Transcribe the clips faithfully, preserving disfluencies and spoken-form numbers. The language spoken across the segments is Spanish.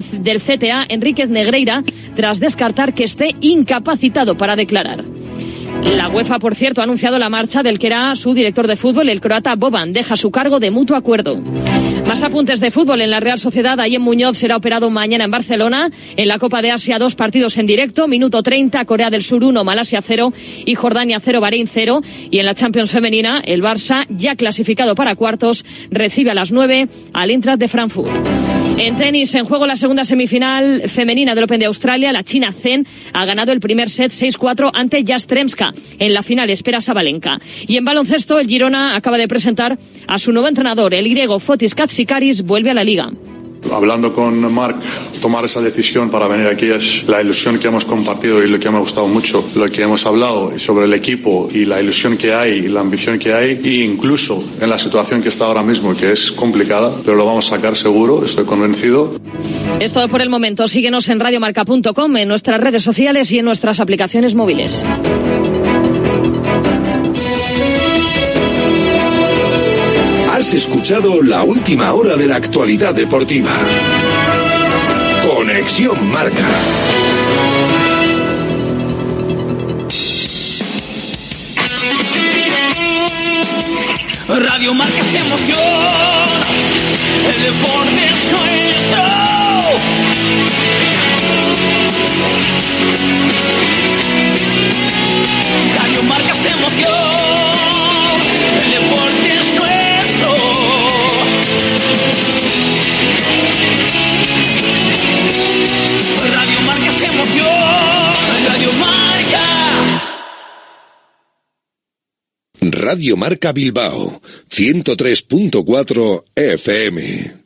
del C T A, Enríquez Negreira, tras descartar que esté incapacitado para declarar. La UEFA, por cierto, ha anunciado la marcha del que era su director de fútbol, el croata Boban. Deja su cargo de mutuo acuerdo. Más apuntes de fútbol en la Real Sociedad. Ayem Muñoz será operado mañana en Barcelona. En la Copa de Asia, dos partidos en directo. Minuto treinta, Corea del Sur uno, Malasia cero y Jordania cero, Bahrein cero. Y en la Champions femenina, el Barça, ya clasificado para cuartos, recibe a las nueve al Eintracht de Frankfurt. En tenis, en juego la segunda semifinal femenina del Open de Australia. La china Zen ha ganado el primer set seis cuatro ante Yastremska. En la final espera Sabalenka. Y en baloncesto, el Girona acaba de presentar a su nuevo entrenador. El griego Fotis Katsikaris vuelve a la liga. Hablando con Marc, tomar esa decisión para venir aquí es la ilusión que hemos compartido y lo que me ha gustado mucho, lo que hemos hablado sobre el equipo y la ilusión que hay y la ambición que hay, e incluso en la situación que está ahora mismo, que es complicada, pero lo vamos a sacar seguro, estoy convencido. Es todo por el momento. Síguenos en radiomarca punto com, en nuestras redes sociales y en nuestras aplicaciones móviles. Has escuchado la última hora de la actualidad deportiva. Conexión Marca. Radio Marca es emoción. El deporte es nuestro. Radio Marca es emoción. El deporte es nuestro. Radio Marca es emoción. Radio Marca. Radio Marca Bilbao, ciento tres punto cuatro F M.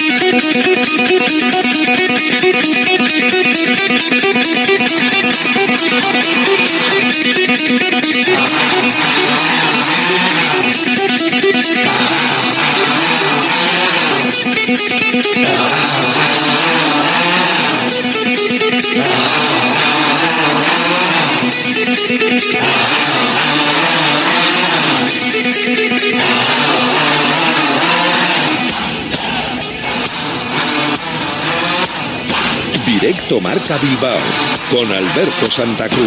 Directo Marca Bilbao con Alberto Santa Cruz.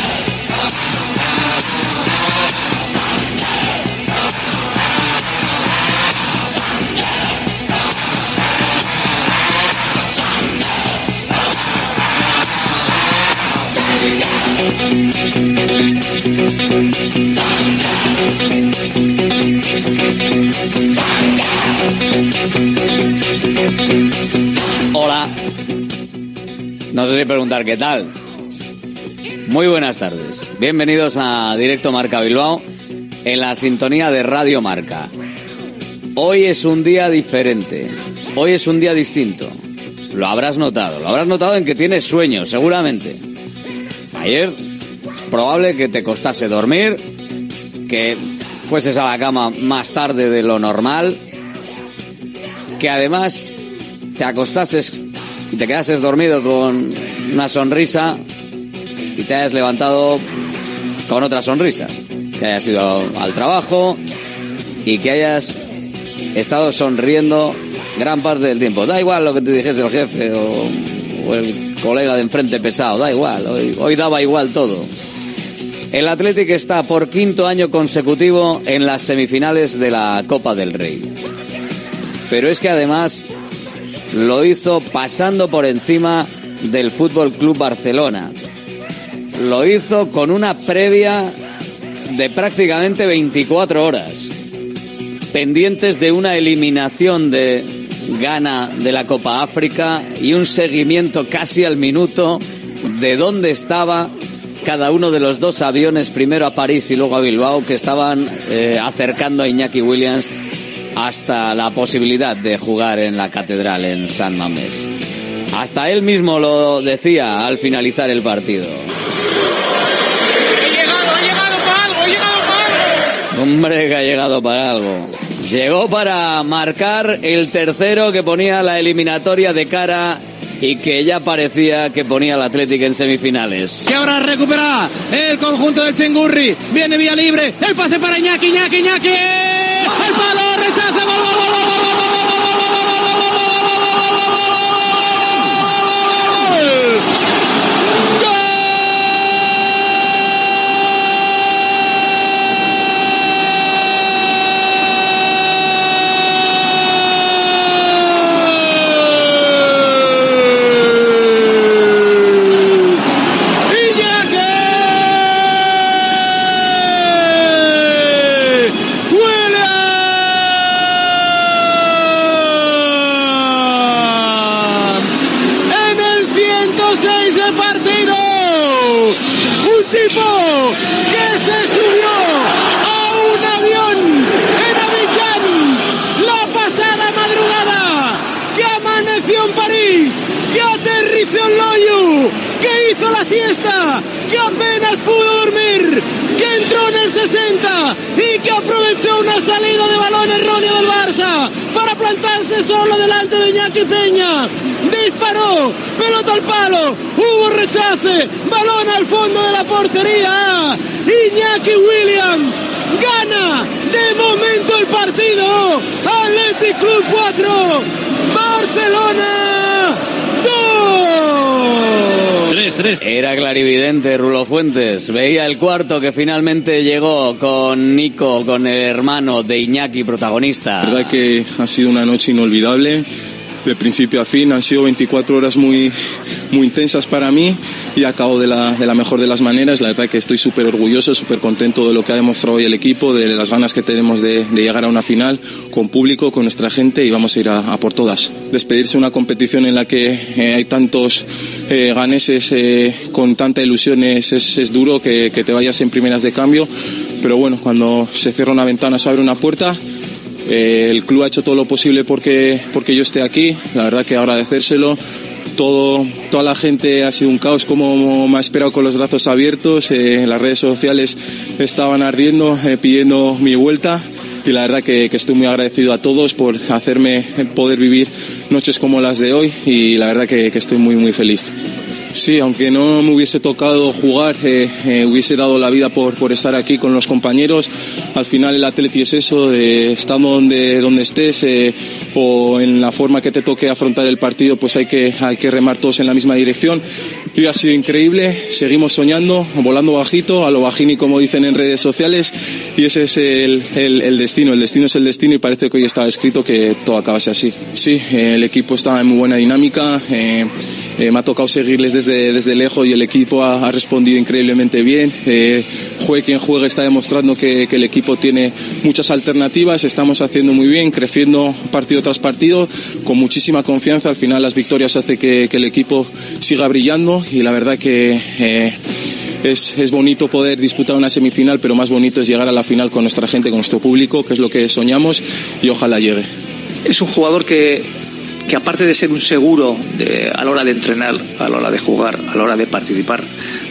Hola. No sé si preguntar qué tal. Muy buenas tardes. Bienvenidos a Directo Marca Bilbao en la sintonía de Radio Marca. Hoy es un día diferente. Hoy es un día distinto. Lo habrás notado. Lo habrás notado en que tienes sueño, seguramente. Ayer es probable que te costase dormir, que fueses a la cama más tarde de lo normal, que además te acostases y te quedases dormido con una sonrisa y te hayas levantado con otra sonrisa, que hayas ido al trabajo y que hayas estado sonriendo gran parte del tiempo. Da igual lo que te dijese el jefe o, o el colega de enfrente pesado, da igual, hoy, hoy daba igual todo. El Athletic está por quinto año consecutivo en las semifinales de la Copa del Rey. Pero es que además lo hizo pasando por encima del F C Barcelona. Lo hizo con una previa de prácticamente veinticuatro horas, pendientes de una eliminación de Ghana de la Copa África y un seguimiento casi al minuto de dónde estaba cada uno de los dos aviones, primero a París y luego a Bilbao, que estaban eh, acercando a Iñaki Williams hasta la posibilidad de jugar en la catedral en San Mamés. Hasta él mismo lo decía al finalizar el partido. He llegado, he llegado para algo, he llegado para algo. Hombre, que ha llegado para algo. Llegó para marcar el tercero que ponía la eliminatoria de cara y que ya parecía que ponía al Athletic en semifinales. Y ahora recupera el conjunto del Chengurri. Viene vía libre. El pase para Iñaki, Iñaki, Iñaki. El palo, rechaza, gol, gol, gol, gol, gol, gol, gol, gol, gol, gol, gol, gol, gol, tipo que se subió a un avión en Abidjan la pasada madrugada, que amaneció en París, que aterrizó en Loyu, que hizo la siesta, que apenas pudo dormir, que entró en el sesenta y que aprovechó una salida de balón errónea del Barça para plantarse solo delante de Iñaki Peña. Disparó, pelota al palo, hubo rechace, balón al fondo de la portería. Iñaki Williams gana de momento el partido. Athletic Club cuatro, Barcelona dos. tres tres. Era clarividente Rulo Fuentes. Veía el cuarto que finalmente llegó con Nico, con el hermano de Iñaki, protagonista. La verdad que ha sido una noche inolvidable. De principio a fin han sido veinticuatro horas muy, muy intensas para mí y a cabo de la, de la mejor de las maneras. La verdad que estoy súper orgulloso, súper contento de lo que ha demostrado hoy el equipo, de las ganas que tenemos de, de llegar a una final con público, con nuestra gente, y vamos a ir a, a por todas. Despedirse de una competición en la que eh, hay tantos eh, ganeses eh, con tanta ilusión es, es, es duro que, que te vayas en primeras de cambio, pero bueno, cuando se cierra una ventana se abre una puerta. Eh, el club ha hecho todo lo posible porque, porque yo esté aquí, la verdad que agradecérselo. Todo, toda la gente ha sido un caos, como me ha esperado con los brazos abiertos. Eh, las redes sociales estaban ardiendo, eh, pidiendo mi vuelta, y la verdad que, que estoy muy agradecido a todos por hacerme poder vivir noches como las de hoy, y la verdad que, que estoy muy muy feliz. Sí, aunque no me hubiese tocado jugar, eh, eh, hubiese dado la vida por, por estar aquí con los compañeros. Al final el Atleti es eso, de estando donde, donde estés eh, o en la forma que te toque afrontar el partido, pues hay que, hay que remar todos en la misma dirección. Y ha sido increíble, seguimos soñando, volando bajito, a lo bajini como dicen en redes sociales, y ese es el, el, el destino, el destino es el destino, y parece que hoy estaba escrito que todo acabase así. Sí, eh, el equipo estaba en muy buena dinámica. Eh, Eh, me ha tocado seguirles desde, desde lejos y el equipo ha, ha respondido increíblemente bien. Eh, juegue quien juegue está demostrando que, que el equipo tiene muchas alternativas, estamos haciendo muy bien, creciendo partido tras partido, con muchísima confianza. Al final las victorias hacen que, que el equipo siga brillando, y la verdad que eh, es, es bonito poder disputar una semifinal, pero más bonito es llegar a la final con nuestra gente, con nuestro público, que es lo que soñamos, y ojalá llegue. Es un jugador que que aparte de ser un seguro de, a la hora de entrenar, a la hora de jugar, a la hora de participar,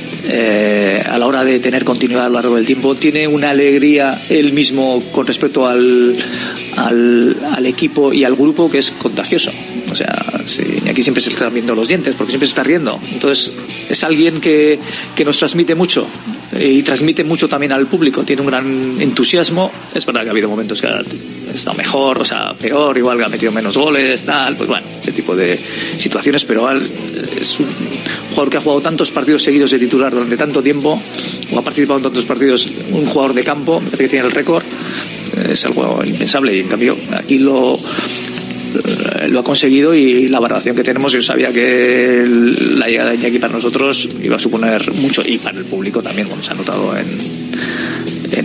eh, a la hora de tener continuidad a lo largo del tiempo, tiene una alegría él mismo con respecto al, al, al equipo y al grupo que es contagioso. O sea, sí, y aquí siempre se están viendo los dientes porque siempre se está riendo. Entonces es alguien que, que nos transmite mucho y transmite mucho también al público. Tiene un gran entusiasmo. Es verdad que ha habido momentos que ha estado mejor, o sea, peor, igual que ha metido menos goles, tal, pues bueno, ese tipo de situaciones, pero es un jugador que ha jugado tantos partidos seguidos de titular durante tanto tiempo, o ha participado en tantos partidos, un jugador de campo, me parece que tiene el récord, es algo impensable, y en cambio aquí lo lo ha conseguido, y la valoración que tenemos, yo sabía que la llegada de Iñaki para nosotros iba a suponer mucho, y para el público también, como se ha notado en en,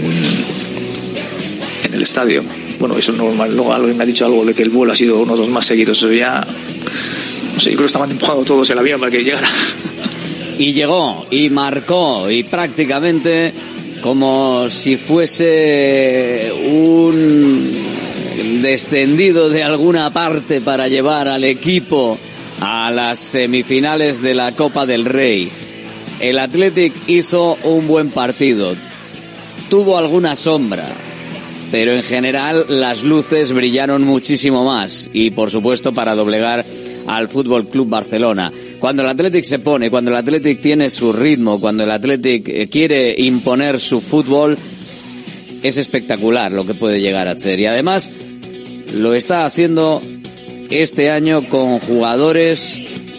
en el estadio. Bueno, eso normal, luego alguien me ha dicho algo de que el vuelo ha sido uno de los más seguidos, eso ya, no sé, yo creo que estaban empujando todos el avión para que llegara. Y llegó, y marcó, y prácticamente como si fuese un descendido de alguna parte para llevar al equipo a las semifinales de la Copa del Rey. El Athletic hizo un buen partido, tuvo alguna sombra, pero en general las luces brillaron muchísimo más, y por supuesto para doblegar al Fútbol Club Barcelona. Cuando el Athletic se pone, cuando el Athletic tiene su ritmo, cuando el Athletic quiere imponer su fútbol, es espectacular lo que puede llegar a ser. Y además lo está haciendo este año con jugadores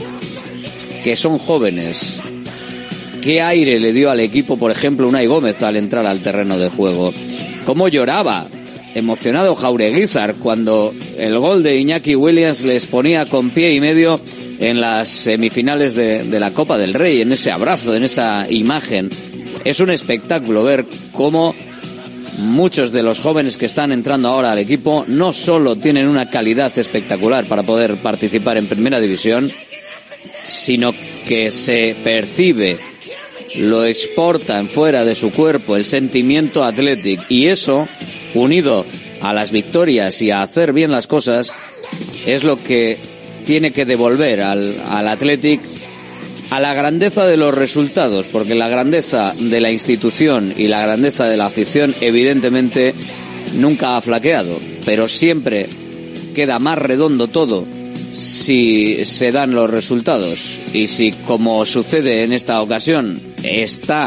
que son jóvenes. ¿Qué aire le dio al equipo, por ejemplo, Unai Gómez al entrar al terreno de juego? ¿Cómo lloraba emocionado Jaureguizar cuando el gol de Iñaki Williams les ponía con pie y medio en las semifinales de, de la Copa del Rey, en ese abrazo, en esa imagen? Es un espectáculo ver cómo muchos de los jóvenes que están entrando ahora al equipo no solo tienen una calidad espectacular para poder participar en Primera División, sino que se percibe lo exportan fuera de su cuerpo, el sentimiento athletic, y eso, unido a las victorias y a hacer bien las cosas, es lo que tiene que devolver al, al Athletic a la grandeza de los resultados, porque la grandeza de la institución y la grandeza de la afición evidentemente nunca ha flaqueado, pero siempre queda más redondo todo si se dan los resultados, y si, como sucede en esta ocasión, está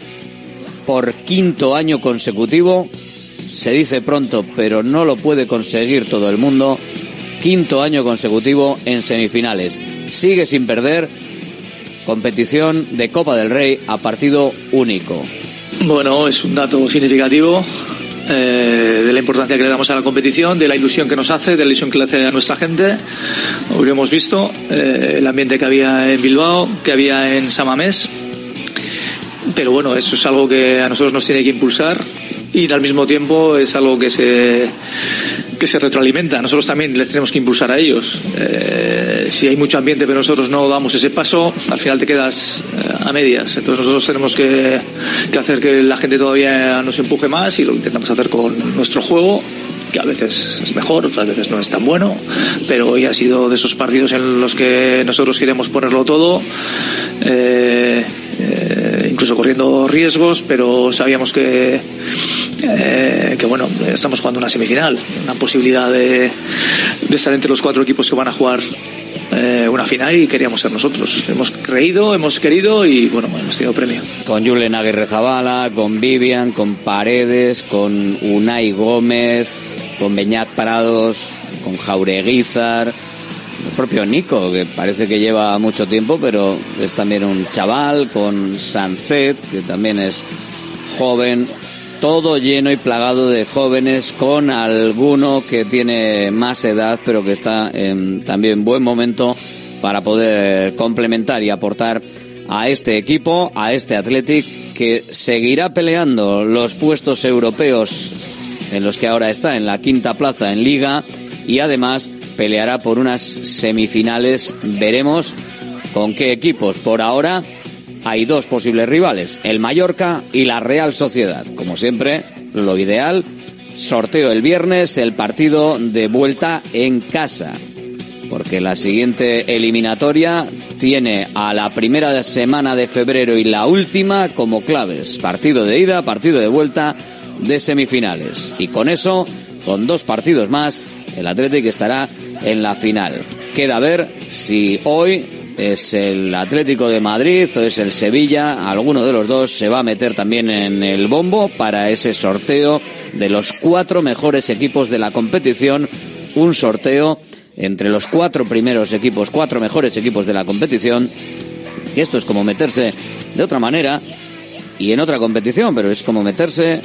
por quinto año consecutivo, se dice pronto pero no lo puede conseguir todo el mundo, quinto año consecutivo en semifinales, sigue sin perder, competición de Copa del Rey a partido único. Bueno, es un dato significativo eh, de la importancia que le damos a la competición, de la ilusión que nos hace, de la ilusión que le hace a nuestra gente. Hoy lo hemos visto, eh, el ambiente que había en Bilbao, que había en San Mamés, pero bueno, eso es algo que a nosotros nos tiene que impulsar, y al mismo tiempo es algo que se que se retroalimenta. Nosotros también les tenemos que impulsar a ellos. Eh, si hay mucho ambiente pero nosotros no damos ese paso, al final te quedas eh, a medias. Entonces nosotros tenemos que, que hacer que la gente todavía nos empuje más, y lo intentamos hacer con nuestro juego, que a veces es mejor, otras veces no es tan bueno, pero hoy ha sido de esos partidos en los que nosotros queremos ponerlo todo, eh, eh, incluso corriendo riesgos, pero sabíamos que Eh, que bueno, estamos jugando una semifinal, una posibilidad de, de estar entre los cuatro equipos que van a jugar eh, una final, y queríamos ser nosotros. Hemos creído, hemos querido, y bueno, hemos tenido premio. Con Julen Aguirre-Zabala, con Vivian, con Paredes, con Unai Gómez, con Beñat Prados, con Jaureguizar, el propio Nico, que parece que lleva mucho tiempo pero es también un chaval, con Sancet, que también es joven. Todo lleno y plagado de jóvenes, con alguno que tiene más edad pero que está en también buen momento para poder complementar y aportar a este equipo, a este Athletic, que seguirá peleando los puestos europeos en los que ahora está, en la quinta plaza en Liga, y además peleará por unas semifinales. Veremos con qué equipos. Por ahora hay dos posibles rivales, el Mallorca y la Real Sociedad. Como siempre, lo ideal, sorteo el viernes, el partido de vuelta en casa, porque la siguiente eliminatoria tiene a la primera semana de febrero y la última como claves. Partido de ida, partido de vuelta de semifinales. Y con eso, con dos partidos más, el Athletic estará en la final. Queda ver si hoy es el Atlético de Madrid o es el Sevilla. Alguno de los dos se va a meter también en el bombo para ese sorteo de los cuatro mejores equipos de la competición. Un sorteo entre los cuatro primeros equipos, cuatro mejores equipos de la competición. Que esto es como meterse de otra manera y en otra competición, pero es como meterse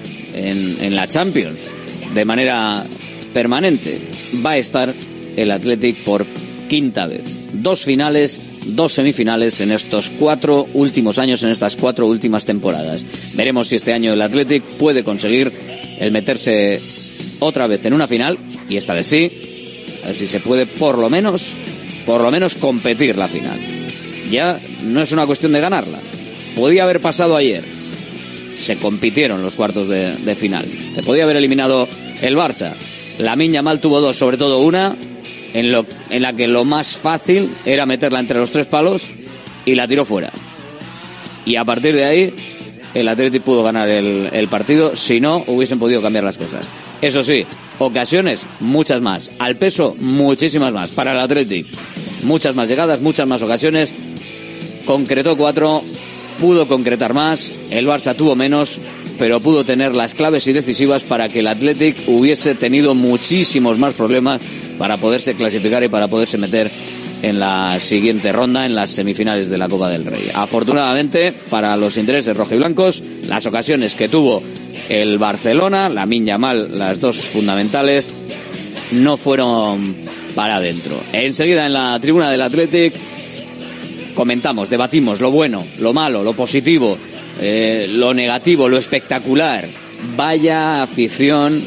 en, en la Champions de manera permanente. Va a estar el Athletic por quinta vez. Dos finales, dos semifinales en estos cuatro últimos años, en estas cuatro últimas temporadas. Veremos si este año el Athletic puede conseguir el meterse otra vez en una final, y esta vez sí, a ver si se puede por lo menos, por lo menos competir la final. Ya no es una cuestión de ganarla. Podía haber pasado ayer. Se compitieron los cuartos de, de final. Se podía haber eliminado el Barça. Lamine Yamal tuvo dos, sobre todo una en, lo, en la que lo más fácil era meterla entre los tres palos, y la tiró fuera. Y a partir de ahí el Athletic pudo ganar el, el partido. Si no, hubiesen podido cambiar las cosas. Eso sí, ocasiones muchas más, al peso muchísimas más para el Athletic. Muchas más llegadas, muchas más ocasiones. Concretó cuatro, pudo concretar más. El Barça tuvo menos, pero pudo tener las claves y decisivas para que el Athletic hubiese tenido muchísimos más problemas para poderse clasificar y para poderse meter en la siguiente ronda, en las semifinales de la Copa del Rey. Afortunadamente, para los intereses rojiblancos, las ocasiones que tuvo el Barcelona, Lamine Yamal, las dos fundamentales, no fueron para adentro. Enseguida, en la tribuna del Athletic, comentamos, debatimos lo bueno, lo malo, lo positivo, eh, lo negativo, lo espectacular. Vaya afición,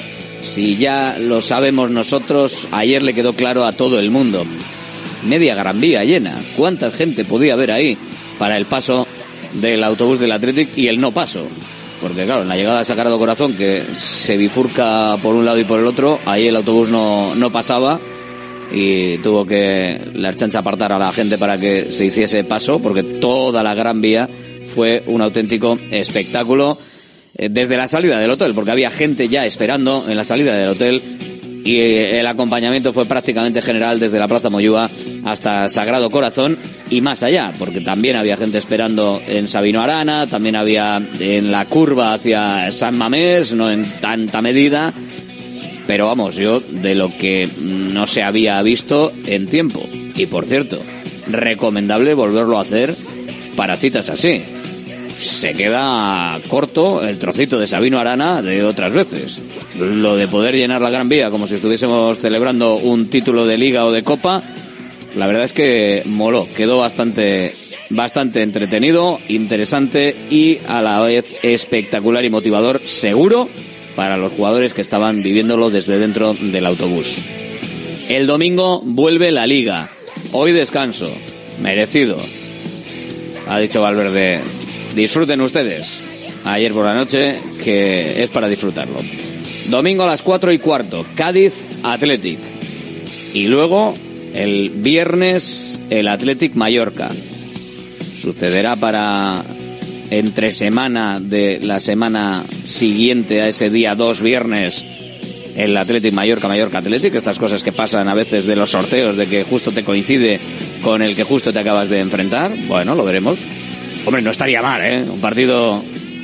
si ya lo sabemos nosotros, ayer le quedó claro a todo el mundo. Media Gran Vía llena. ¿Cuánta gente podía haber ahí para el paso del autobús del Athletic y el no paso. Porque claro, en la llegada de Sagrado Corazón, que se bifurca por un lado y por el otro, ahí el autobús no, no pasaba y tuvo que la Ertzaintza apartar a la gente para que se hiciese paso, porque toda la Gran Vía fue un auténtico espectáculo eh, desde la salida del hotel, porque había gente ya esperando en la salida del hotel y el acompañamiento fue prácticamente general desde la Plaza Moyúa hasta Sagrado Corazón y más allá, porque también había gente esperando en Sabino Arana, también había en la curva hacia San Mamés, no en tanta medida, pero vamos, yo de lo que no se había visto en tiempo. Y por cierto, recomendable volverlo a hacer para citas así. Se queda corto el trocito de Sabino Arana de otras veces. Lo de poder llenar la Gran Vía como si estuviésemos celebrando un título de Liga o de Copa, la verdad es que moló, quedó bastante, bastante entretenido, interesante y a la vez espectacular y motivador, seguro, para los jugadores que estaban viviéndolo desde dentro del autobús. El domingo vuelve la Liga. Hoy descanso, merecido. Ha dicho Valverde, disfruten ustedes. Ayer por la noche, que es para disfrutarlo. Domingo a las cuatro y cuarto, Cádiz Athletic. Y luego, el viernes, el Athletic Mallorca. Sucederá para entre semana de la semana siguiente a ese día dos viernes el Athletic Mallorca, Mallorca Athletic, estas cosas que pasan a veces de los sorteos, de que justo te coincide con el que justo te acabas de enfrentar. Bueno, lo veremos. Hombre, no estaría mal, ¿eh? Un partido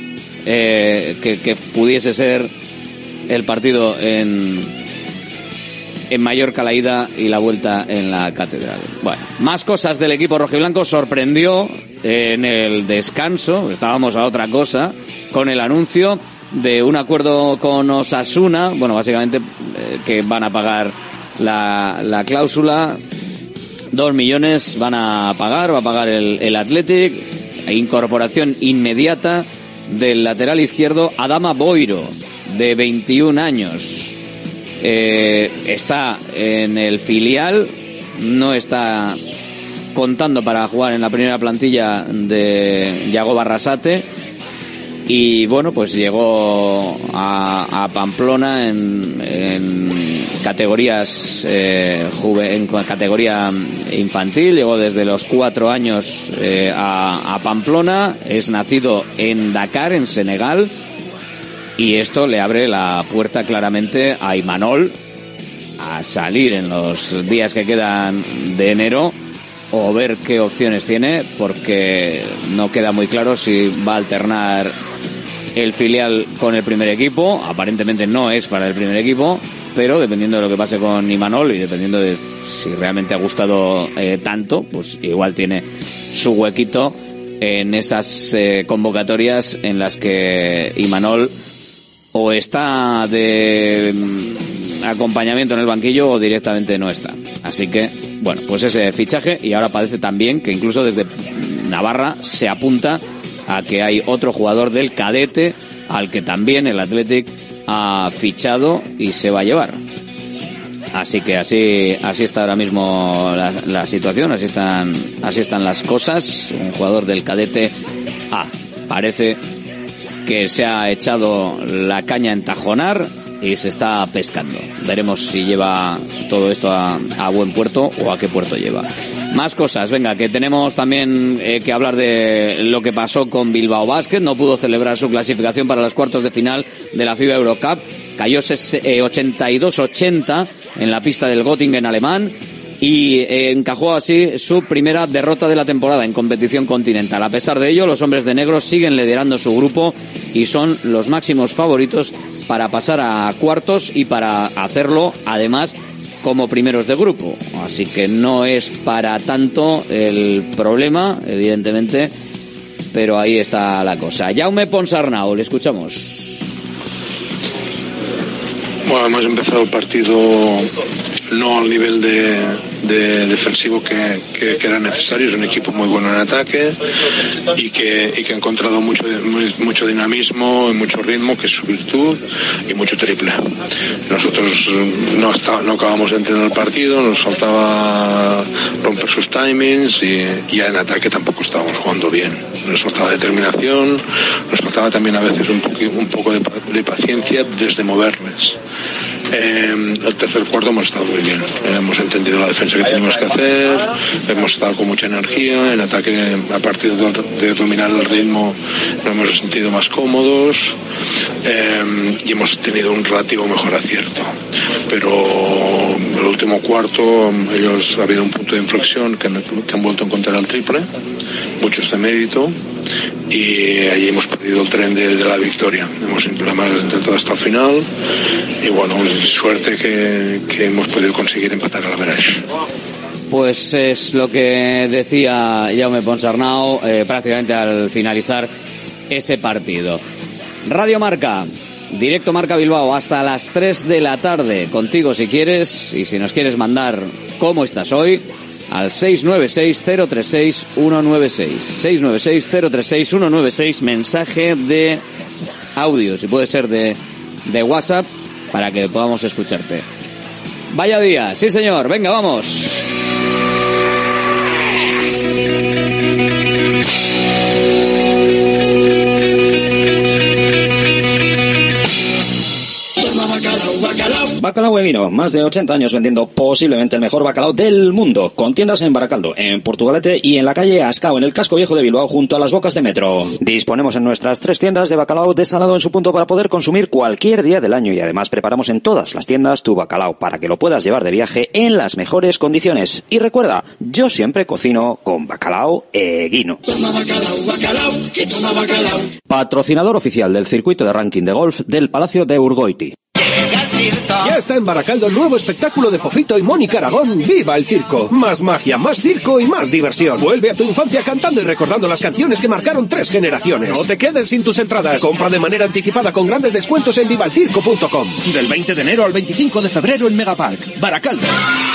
eh, que, que pudiese ser el partido en en Mallorca, la ida y la vuelta en la Catedral. Bueno, más cosas del equipo rojiblanco. Sorprendió en el descanso, estábamos a otra cosa, con el anuncio de un acuerdo con Osasuna, bueno, básicamente eh, que van a pagar la, la cláusula, dos millones van a pagar, va a pagar el, el Athletic, incorporación inmediata del lateral izquierdo Adama Boiro, de veintiún años. Eh, está en el filial, no está contando para jugar en la primera plantilla de Yago Barrasate y bueno, pues llegó a, a Pamplona en, en categorías eh, juve, en categoría infantil, llegó desde los cuatro años eh, a, a Pamplona, es nacido en Dakar, en Senegal. Y esto le abre la puerta claramente a Imanol a salir en los días que quedan de enero o ver qué opciones tiene, porque no queda muy claro si va a alternar el filial con el primer equipo. Aparentemente no es para el primer equipo, pero dependiendo de lo que pase con Imanol y dependiendo de si realmente ha gustado eh, tanto, pues igual tiene su huequito en esas eh, convocatorias en las que Imanol o está de acompañamiento en el banquillo o directamente no está. Así que, bueno, pues ese fichaje, y ahora parece también que incluso desde Navarra se apunta a que hay otro jugador del cadete al que también el Athletic ha fichado y se va a llevar. Así que así así está ahora mismo la, la situación, así están así están las cosas. Un jugador del cadete A parece que se ha echado la caña en Tajonar y se está pescando. Veremos si lleva todo esto a, a buen puerto o a qué puerto lleva. Más cosas, venga, que tenemos también eh, que hablar de lo que pasó con Bilbao Basket. No pudo celebrar su clasificación para los cuartos de final de la FIBA Eurocup. Cayó ochenta y dos ochenta en la pista del Göttingen alemán y eh, encajó así su primera derrota de la temporada en competición continental. A pesar de ello, los hombres de negro siguen liderando su grupo y son los máximos favoritos para pasar a cuartos y para hacerlo, además, como primeros de grupo. Así que no es para tanto el problema, evidentemente, pero ahí está la cosa. Jaume Ponsarnau, le escuchamos. Bueno, hemos empezado el partido no al nivel de, de defensivo que, que, que era necesario. Es un equipo muy bueno en ataque y que, y que ha encontrado mucho, muy, mucho dinamismo y mucho ritmo, que es su virtud, y mucho triple. Nosotros no, hasta, no acabamos de entender el partido, nos faltaba romper sus timings y, y ya en ataque tampoco estábamos jugando bien. Nos faltaba determinación, nos faltaba también a veces un, poqu, un poco de, de paciencia desde moverles. Eh, el tercer cuarto hemos estado muy bien, eh, hemos entendido la defensa que teníamos que hacer, hemos estado con mucha energía, en ataque a partir de, de dominar el ritmo nos hemos sentido más cómodos, eh, y hemos tenido un relativo mejor acierto, pero el último cuarto ellos ha habido un punto de inflexión que, que han vuelto a encontrar el triple, mucho este mérito, y ahí hemos perdido el tren de, de la victoria. Hemos intentado hasta el final y bueno, suerte que, que hemos podido conseguir empatar al average. Pues es lo que decía Jaume Ponsarnau eh, prácticamente al finalizar ese partido. Radio Marca, directo Marca Bilbao, hasta las tres de la tarde. Contigo si quieres, y si nos quieres mandar cómo estás hoy, al seis nueve seis cero tres seis uno nueve seis. seis nueve seis cero tres seis uno nueve seis, mensaje de audio, si puede ser de, de WhatsApp, para que podamos escucharte. Vaya día, sí señor, venga, vamos. Bacalao Eguino, más de ochenta años vendiendo posiblemente el mejor bacalao del mundo, con tiendas en Baracaldo, en Portugalete y en la calle Ascao, en el casco viejo de Bilbao, junto a las bocas de metro. Disponemos en nuestras tres tiendas de bacalao desalado en su punto para poder consumir cualquier día del año, y además preparamos en todas las tiendas tu bacalao para que lo puedas llevar de viaje en las mejores condiciones. Y recuerda, yo siempre cocino con Bacalao Eguino. Toma bacalao, bacalao, y toma bacalao. Patrocinador oficial del circuito de ranking de golf del Palacio de Urgoiti. Ya está en Baracaldo el nuevo espectáculo de Fofito y Mónica Aragón, ¡Viva el Circo! Más magia, más circo y más diversión. Vuelve a tu infancia cantando y recordando las canciones que marcaron tres generaciones. No te quedes sin tus entradas. Compra de manera anticipada con grandes descuentos en viva el circo punto com. Del veinte de enero al veinticinco de febrero en Megapark, Baracaldo.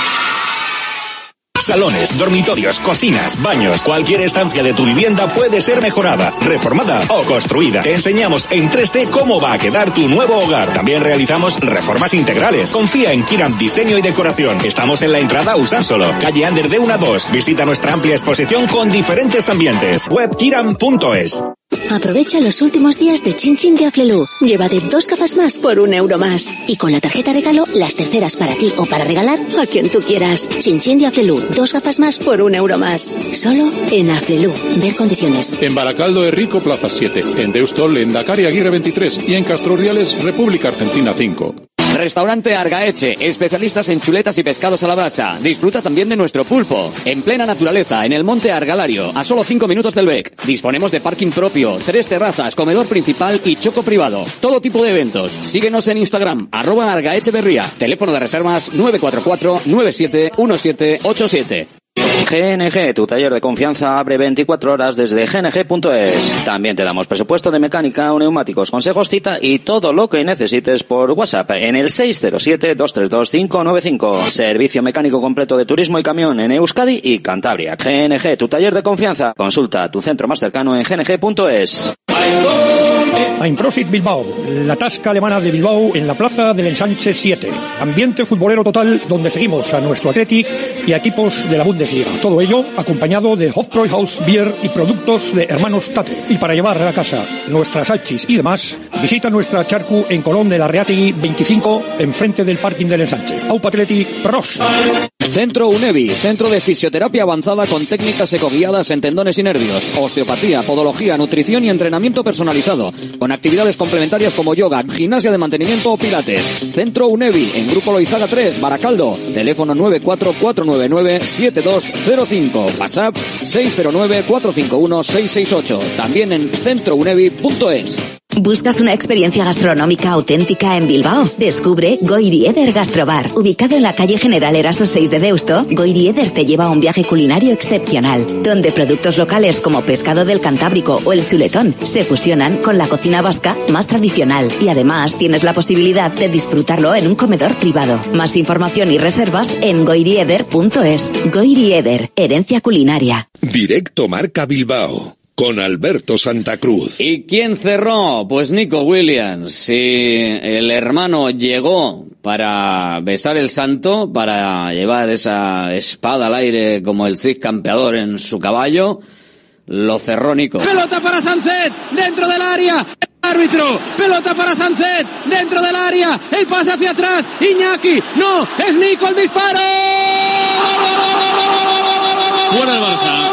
Salones, dormitorios, cocinas, baños, cualquier estancia de tu vivienda puede ser mejorada, reformada o construida. Te enseñamos en tres D cómo va a quedar tu nuevo hogar. También realizamos reformas integrales. Confía en Kiram Diseño y Decoración. Estamos en la entrada Usánsolo, calle Ander de uno a dos. Visita nuestra amplia exposición con diferentes ambientes. web kiram punto es. Aprovecha los últimos días de Chin Chin de Aflelu. Llévate dos gafas más por un euro más. Y con la tarjeta regalo, las terceras para ti o para regalar a quien tú quieras. Chin Chin de Aflelu. Dos gafas más por un euro más. Solo en Aflelu. Ver condiciones. En Baracaldo de Rico, Plaza siete. En Deustol, en Dakar y Aguirre veintitrés. Y en Castro Urdiales, República Argentina cinco. Restaurante Argaeche, especialistas en chuletas y pescados a la brasa. Disfruta también de nuestro pulpo. En plena naturaleza, en el monte Argalario, a solo cinco minutos del Bec. Disponemos de parking propio, tres terrazas, comedor principal y choco privado. Todo tipo de eventos. Síguenos en Instagram, arroba Argaecheverría. Teléfono de reservas nueve cuatro cuatro nueve siete uno siete ocho siete. G N G, tu taller de confianza, abre veinticuatro horas desde g n g punto es. También te damos presupuesto de mecánica o neumáticos, consejos, cita y todo lo que necesites por WhatsApp en el seis cero siete dos tres dos cinco nueve cinco. Servicio mecánico completo de turismo y camión en Euskadi y Cantabria. G N G, tu taller de confianza. Consulta tu centro más cercano en g n g punto es. Einprosit Bilbao, la tasca alemana de Bilbao en la plaza del Ensanche siete. Ambiente futbolero total donde seguimos a nuestro Athletic y a equipos de la Bundesliga. Todo ello acompañado de Hofbräuhaus Beer y productos de Hermanos Tate. Y para llevar a la casa nuestras salchis y demás, visita nuestra charcu en Colón de la Reategui veinticinco, enfrente del parking del Ensanche. Aupa Athletic, pros. Centro UNEVI, centro de fisioterapia avanzada con técnicas ecoguiadas en tendones y nervios, osteopatía, podología, nutrición y entrenamiento personalizado, con actividades complementarias como yoga, gimnasia de mantenimiento o pilates. Centro UNEVI, en Grupo Loizaga tres, Baracaldo, teléfono nueve cuatro cuatro nueve nueve siete dos cero cinco, WhatsApp seis cero nueve cuatro cinco uno seis seis ocho, también en centro unevi punto es. ¿Buscas una experiencia gastronómica auténtica en Bilbao? Descubre Goiri Eder Gastrobar. Ubicado en la calle General Eraso seis de Deusto, Goiri Eder te lleva a un viaje culinario excepcional, donde productos locales como pescado del Cantábrico o el chuletón se fusionan con la cocina vasca más tradicional y además tienes la posibilidad de disfrutarlo en un comedor privado. Más información y reservas en goirieder punto es. Goiri Eder, herencia culinaria. Directo Marca Bilbao. Con Alberto Santa Cruz. ¿Y quién cerró? Pues Nico Williams. Si el hermano llegó para besar el santo, para llevar esa espada al aire como el Cid campeador en su caballo, lo cerró Nico. Pelota para Sancet, dentro del área. Árbitro, pelota para Sancet, dentro del área. El pase hacia atrás. Iñaki, no, es Nico el disparo. Fuera el Barça.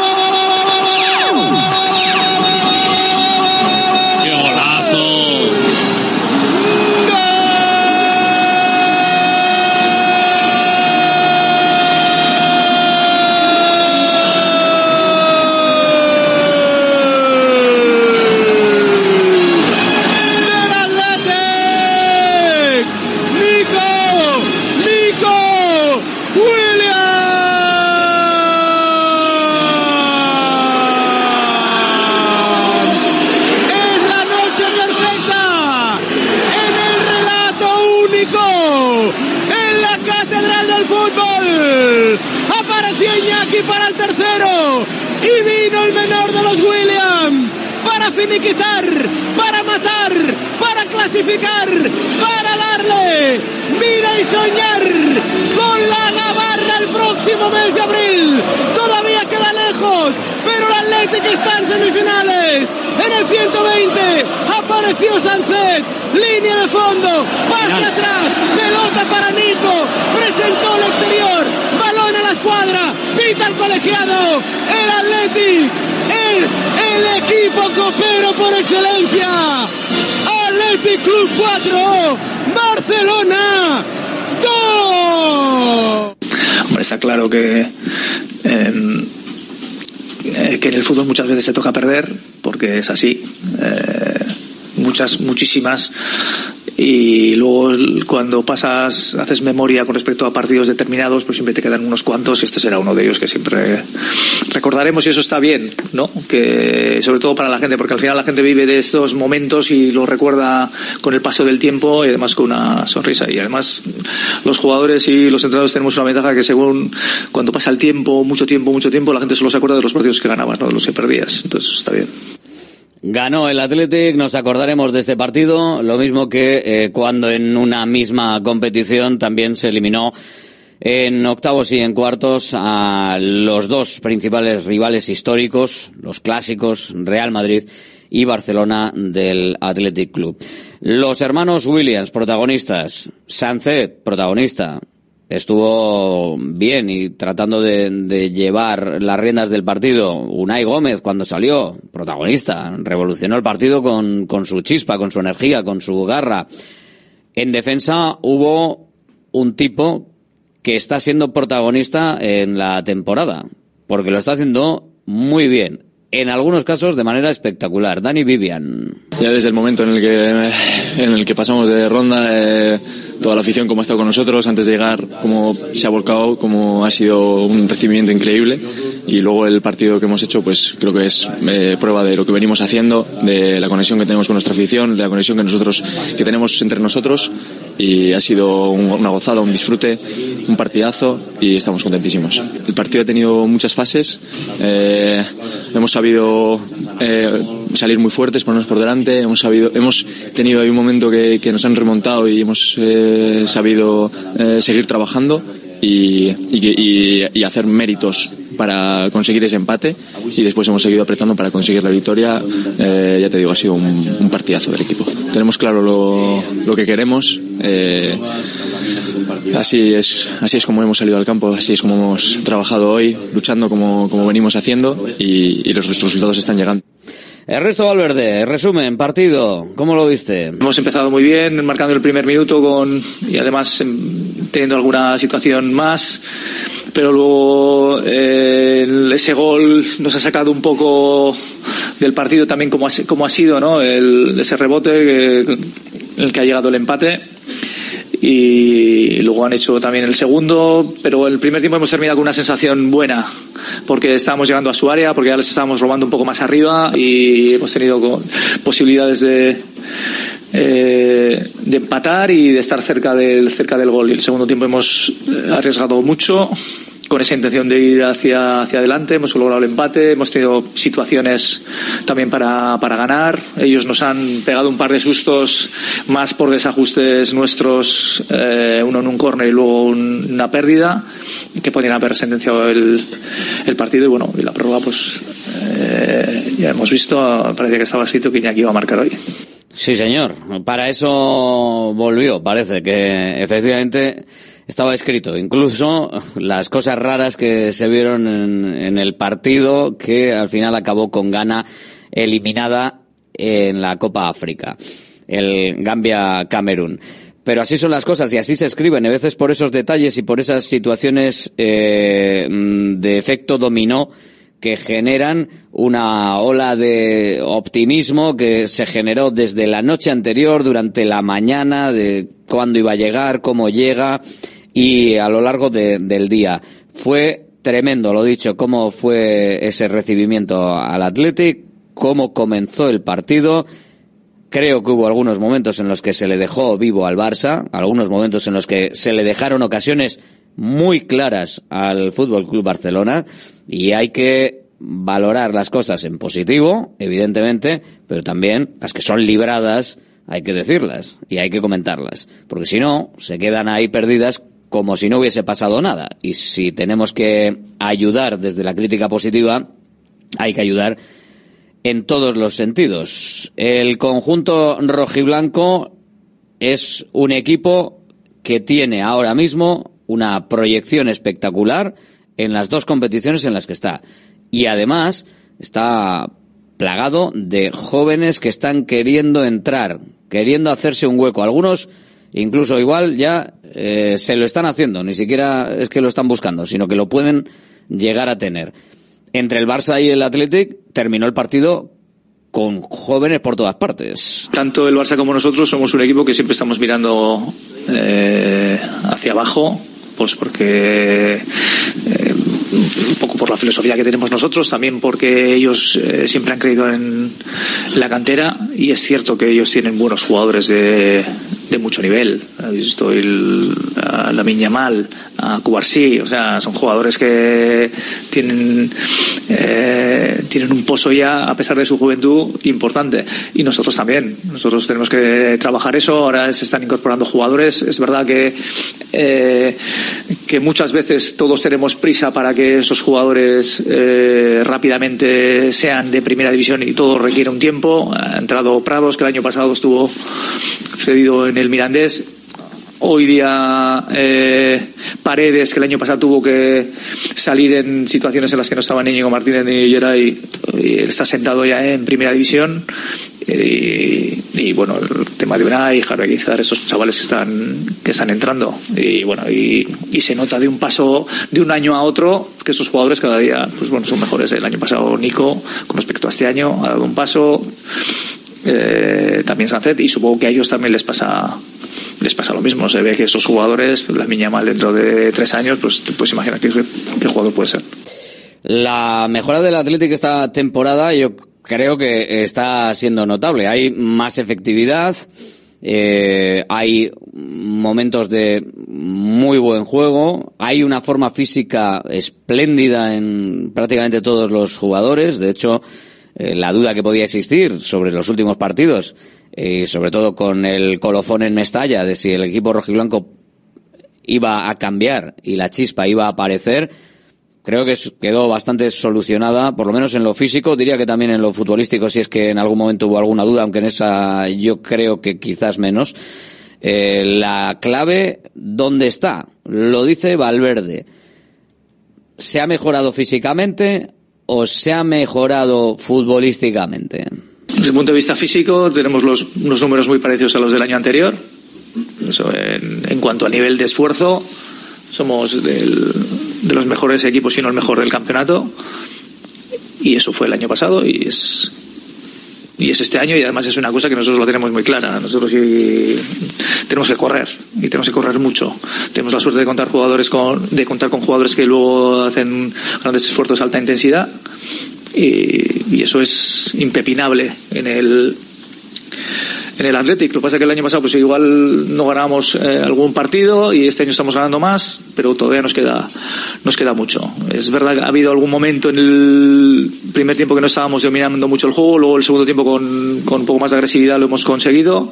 Para el tercero y vino el menor de los Williams para finiquitar, para matar, para clasificar, para darle vida y soñar con la Gabarra el próximo mes de abril. Todavía queda lejos, pero el Athletic está en semifinales. En el ciento veinte apareció Sancet, línea de fondo, pase atrás, pelota para Nico, presentó el exterior, balón a la escuadra, pita el colegiado. El Athletic es el equipo copero por excelencia. Athletic Club cuatro, Barcelona dos. Hombre, está claro que eh, que en el fútbol muchas veces se toca perder, porque es así, eh, muchas, muchísimas, y luego cuando pasas, haces memoria con respecto a partidos determinados, pues siempre te quedan unos cuantos, y este será uno de ellos que siempre recordaremos, y eso está bien, ¿no? Que sobre todo para la gente, porque al final la gente vive de estos momentos y lo recuerda con el paso del tiempo y además con una sonrisa. Y además los jugadores y los entrenadores tenemos una ventaja que según cuando pasa el tiempo, mucho tiempo, mucho tiempo, la gente solo se acuerda de los partidos que ganabas, no de los que perdías. Entonces está bien. Ganó el Athletic, nos acordaremos de este partido, lo mismo que eh, cuando en una misma competición también se eliminó en octavos y en cuartos a los dos principales rivales históricos, los clásicos Real Madrid y Barcelona del Athletic Club. Los hermanos Williams, protagonistas, Sancet, protagonista, estuvo bien y tratando de, de llevar las riendas del partido. Unai Gómez, cuando salió, protagonista, revolucionó el partido con, con su chispa, con su energía, con su garra. En defensa hubo un tipo que está siendo protagonista en la temporada, porque lo está haciendo muy bien. En algunos casos de manera espectacular. Dani Vivian. Ya desde el momento en el que en el que pasamos de ronda, eh, toda la afición como ha estado con nosotros antes de llegar, como se ha volcado, como ha sido un recibimiento increíble, y luego el partido que hemos hecho, pues creo que es eh, prueba de lo que venimos haciendo, de la conexión que tenemos con nuestra afición, de la conexión que nosotros que tenemos entre nosotros, y ha sido un, una gozada, un disfrute, un partidazo, y estamos contentísimos. El partido ha tenido muchas fases, eh, hemos sabido eh, salir muy fuertes, ponernos por delante, hemos sabido, hemos tenido ahí un momento que, que nos han remontado y hemos eh, sabido eh, seguir trabajando y, y, y, y hacer méritos para conseguir ese empate, y después hemos seguido apretando para conseguir la victoria. Eh, ya te digo, ha sido un, un partidazo del equipo. Tenemos claro lo, lo que queremos. Eh, así es, así es como hemos salido al campo, así es como hemos trabajado hoy, luchando como, como venimos haciendo, y, y los resultados están llegando. Ernesto Valverde, resumen, partido, ¿cómo lo viste? Hemos empezado muy bien, marcando el primer minuto con y además teniendo alguna situación más, pero luego eh, ese gol nos ha sacado un poco del partido también como ha, como ha sido, ¿no? El, ese rebote que, en el que ha llegado el empate. Y luego han hecho también el segundo, pero el primer tiempo hemos terminado con una sensación buena, porque estábamos llegando a su área, porque ya les estábamos robando un poco más arriba y hemos tenido con posibilidades de eh, de empatar y de estar cerca del cerca del gol. Y el segundo tiempo hemos arriesgado mucho con esa intención de ir hacia hacia adelante. Hemos logrado el empate, hemos tenido situaciones también para para ganar. Ellos nos han pegado un par de sustos más por desajustes nuestros, eh, uno en un córner y luego un, una pérdida, que podrían haber sentenciado el, el partido. Y bueno, y la prórroga, pues eh, ya hemos visto, parecía que estaba escrito que Iñaki iba a marcar hoy. Sí, señor. Para eso volvió, parece que efectivamente estaba escrito. Incluso las cosas raras que se vieron en, en el partido, que al final acabó con Ghana eliminada en la Copa África, el Gambia-Camerún. Pero así son las cosas y así se escriben, a veces por esos detalles y por esas situaciones eh, de efecto dominó que generan una ola de optimismo que se generó desde la noche anterior, durante la mañana, de cuándo iba a llegar, cómo llega y a lo largo de, del día. Fue tremendo, lo dicho, cómo fue ese recibimiento al Athletic, cómo comenzó el partido. Creo que hubo algunos momentos en los que se le dejó vivo al Barça, algunos momentos en los que se le dejaron ocasiones muy claras al Fútbol Club Barcelona, y hay que valorar las cosas en positivo, evidentemente, pero también las que son libradas hay que decirlas y hay que comentarlas, porque si no se quedan ahí perdidas como si no hubiese pasado nada. Y si tenemos que ayudar desde la crítica positiva, hay que ayudar en todos los sentidos. El conjunto rojiblanco es un equipo que tiene ahora mismo una proyección espectacular en las dos competiciones en las que está. Y además está plagado de jóvenes que están queriendo entrar, queriendo hacerse un hueco. Algunos incluso igual ya eh, se lo están haciendo, ni siquiera es que lo están buscando, sino que lo pueden llegar a tener. Entre el Barça y el Athletic terminó el partido con jóvenes por todas partes. Tanto el Barça como nosotros somos un equipo que siempre estamos mirando eh, hacia abajo, pues porque eh, un poco por la filosofía que tenemos nosotros, también porque ellos eh, siempre han creído en la cantera, y es cierto que ellos tienen buenos jugadores de, de mucho nivel. Habéis visto el, a Lamine Yamal, a Cubarsí, o sea, son jugadores que tienen eh, tienen un pozo ya, a pesar de su juventud, importante. Y nosotros también, nosotros tenemos que trabajar eso. Ahora se están incorporando jugadores. Es verdad que eh, que muchas veces todos tenemos prisa para que esos jugadores eh, rápidamente sean de primera división, y todo requiere un tiempo. Ha entrado Prados, que el año pasado estuvo cedido en el Mirandés. Hoy día eh, Paredes, que el año pasado tuvo que salir en situaciones en las que no estaban Íñigo Martínez ni Geray, y está sentado ya en primera división. Y, y bueno, el tema de Unai, Javier Guizar, esos chavales que están que están entrando, y bueno, y, y se nota de un paso de un año a otro que esos jugadores cada día, pues bueno, son mejores. El año pasado Nico, con respecto a este año, ha dado un paso, eh, también Sancet, y supongo que a ellos también les pasa les pasa lo mismo. Se ve que esos jugadores, la Miña Mal dentro de tres años, pues te puedes imaginar qué, qué jugador puede ser. La mejora del Athletic esta temporada yo creo que está siendo notable. Hay más efectividad, eh, hay momentos de muy buen juego, hay una forma física espléndida en prácticamente todos los jugadores. De hecho, eh, la duda que podía existir sobre los últimos partidos, y eh, sobre todo con el colofón en Mestalla, de si el equipo rojiblanco iba a cambiar y la chispa iba a aparecer, creo que quedó bastante solucionada, por lo menos en lo físico. Diría que también en lo futbolístico, si es que en algún momento hubo alguna duda, aunque en esa yo creo que quizás menos. Eh, la clave, ¿dónde está? Lo dice Valverde. Se ha mejorado físicamente, o se ha mejorado futbolísticamente? Desde el punto de vista físico tenemos los, unos números muy parecidos a los del año anterior. Eso, en, en cuanto a nivel de esfuerzo, somos del, de los mejores equipos, si no el mejor del campeonato. Y eso fue el año pasado y es y es este año, y además es una cosa que nosotros lo tenemos muy clara. Nosotros sí tenemos que correr, y tenemos que correr mucho. Tenemos la suerte de contar jugadores con, de contar con jugadores que luego hacen grandes esfuerzos de alta intensidad, y, y eso es impepinable en el en el Athletic. Lo que pasa es que el año pasado pues igual no ganábamos eh, algún partido, y este año estamos ganando más, pero todavía nos queda nos queda mucho. Es verdad que ha habido algún momento en el primer tiempo que no estábamos dominando mucho el juego, luego el segundo tiempo con, con un poco más de agresividad lo hemos conseguido,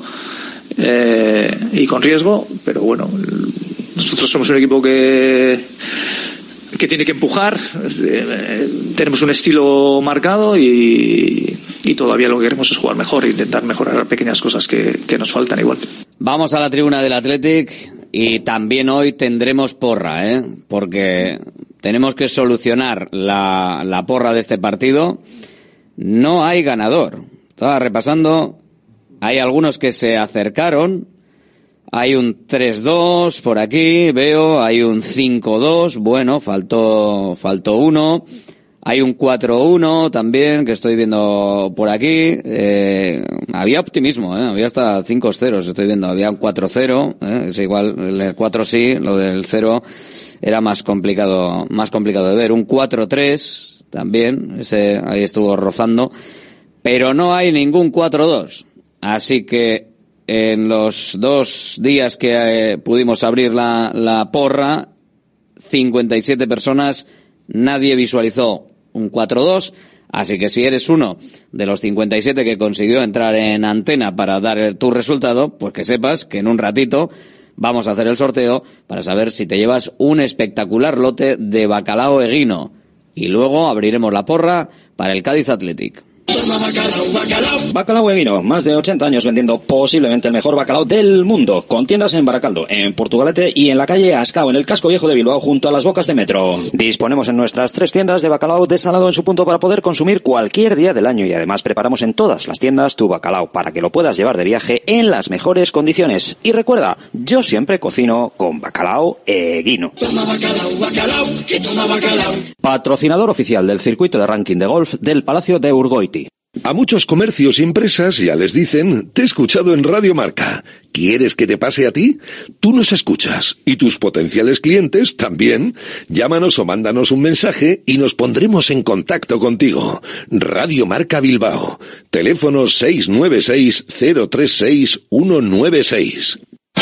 eh, y con riesgo, pero bueno, nosotros somos un equipo que que tiene que empujar, eh, tenemos un estilo marcado y, y todavía lo que queremos es jugar mejor e intentar mejorar pequeñas cosas que, que nos faltan igual. Vamos a la tribuna del Athletic y también hoy tendremos porra, ¿eh? Porque tenemos que solucionar la, la porra de este partido. No hay ganador. Estaba repasando, hay algunos que se acercaron. Hay un tres dos por aquí, veo, hay un cinco dos, bueno, faltó faltó uno, hay un cuatro uno también que estoy viendo por aquí, eh, había optimismo, eh, había hasta cinco ceros, estoy viendo, había un cuatro cero, eh, es igual, el cuatro sí, lo del cero era más complicado, más complicado de ver, un cuatro tres también, ese ahí estuvo rozando, pero no hay ningún cuatro dos, así que en los dos días que eh, pudimos abrir la, la porra, cincuenta y siete personas, nadie visualizó un cuatro dos, así que si eres uno de los cincuenta y siete que consiguió entrar en antena para dar tu resultado, pues que sepas que en un ratito vamos a hacer el sorteo para saber si te llevas un espectacular lote de bacalao eguino. Y luego abriremos la porra para el Cádiz Athletic. Bacalao Eguino, más de ochenta años vendiendo posiblemente el mejor bacalao del mundo, con tiendas en Baracaldo, en Portugalete y en la calle Ascao, en el casco viejo de Bilbao, junto a las bocas de metro. Disponemos en nuestras tres tiendas de bacalao desalado en su punto para poder consumir cualquier día del año, y además preparamos en todas las tiendas tu bacalao para que lo puedas llevar de viaje en las mejores condiciones. Y recuerda, yo siempre cocino con Bacalao Eguino. Patrocinador oficial del circuito de ranking de golf del Palacio de Urgoiti. A muchos comercios y empresas ya les dicen, te he escuchado en Radio Marca. ¿Quieres que te pase a ti? Tú nos escuchas y tus potenciales clientes también. Llámanos o mándanos un mensaje y nos pondremos en contacto contigo. Radio Marca Bilbao. Teléfono seis nueve seis cero tres seis uno nueve seis.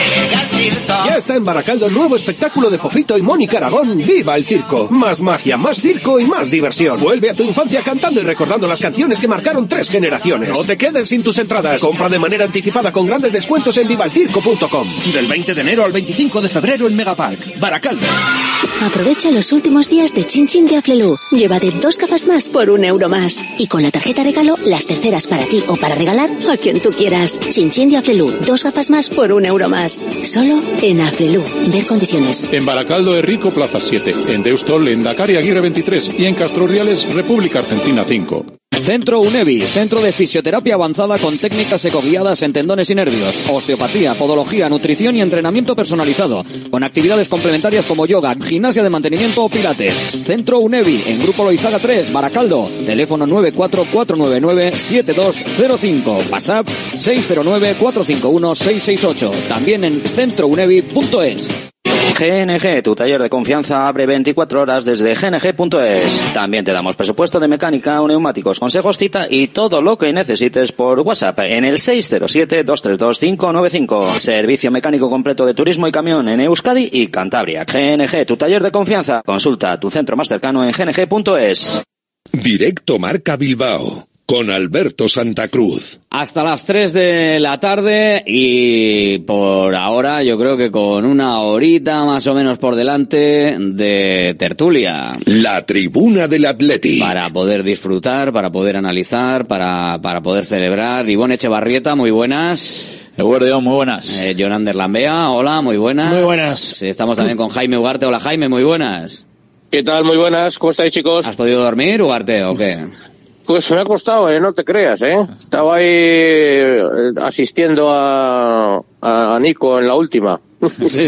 Ya está en Baracaldo el nuevo espectáculo de Fofito y Mónica Aragón, ¡Viva el Circo! Más magia, más circo y más diversión. Vuelve a tu infancia cantando y recordando las canciones que marcaron tres generaciones. No te quedes sin tus entradas. Compra de manera anticipada con grandes descuentos en viva el circo punto com. Del veinte de enero al veinticinco de febrero en Megapark, Baracaldo. Aprovecha los últimos días de Chin Chin de Aflelu. Llévate dos gafas más por un euro más. Y con la tarjeta regalo, las terceras para ti o para regalar a quien tú quieras. Chin Chin de Aflelu. Dos gafas más por un euro más. Solo en Aflelu. Ver condiciones. En Baracaldo, Rico, Plaza siete. En Deustol, Endacari, Aguirre veintitrés. Y en Castro Urdiales, República Argentina cinco. Centro UNEVI, centro de fisioterapia avanzada con técnicas ecoguiadas en tendones y nervios, osteopatía, podología, nutrición y entrenamiento personalizado, con actividades complementarias como yoga, gimnasia de mantenimiento o pilates. Centro UNEVI, en Grupo Loizaga tres, Baracaldo, teléfono nueve cuatro cuatro nueve nueve siete dos cero cinco, WhatsApp seis cero nueve cuatro cinco uno seis seis ocho, también en centro unevi punto es. G N G, tu taller de confianza, abre veinticuatro horas desde G N G punto es. También te damos presupuesto de mecánica, neumáticos, consejos, cita y todo lo que necesites por WhatsApp en el seis cero siete dos tres dos cinco nueve cinco. Servicio mecánico completo de turismo y camión en Euskadi y Cantabria. G N G, tu taller de confianza. Consulta tu centro más cercano en G N G punto es. Directo Marca Bilbao. Con Alberto Santa Cruz. Hasta las tres de la tarde y por ahora yo creo que con una horita más o menos por delante de tertulia. La tribuna del Atleti. Para poder disfrutar, para poder analizar, para, para poder celebrar. Ivonne Echevarrieta, muy buenas. Eduardo, muy buenas. Eh, Jonander Lambea, hola, muy buenas. Muy buenas. Estamos también con Jaime Ugarte, hola Jaime, muy buenas. ¿Qué tal? Muy buenas. ¿Cómo estáis, chicos? ¿Has podido dormir, Ugarte, o qué? Pues me ha costado, ¿eh? No te creas, ¿eh? Estaba ahí eh, asistiendo a, a, a Nico en la última. Sí.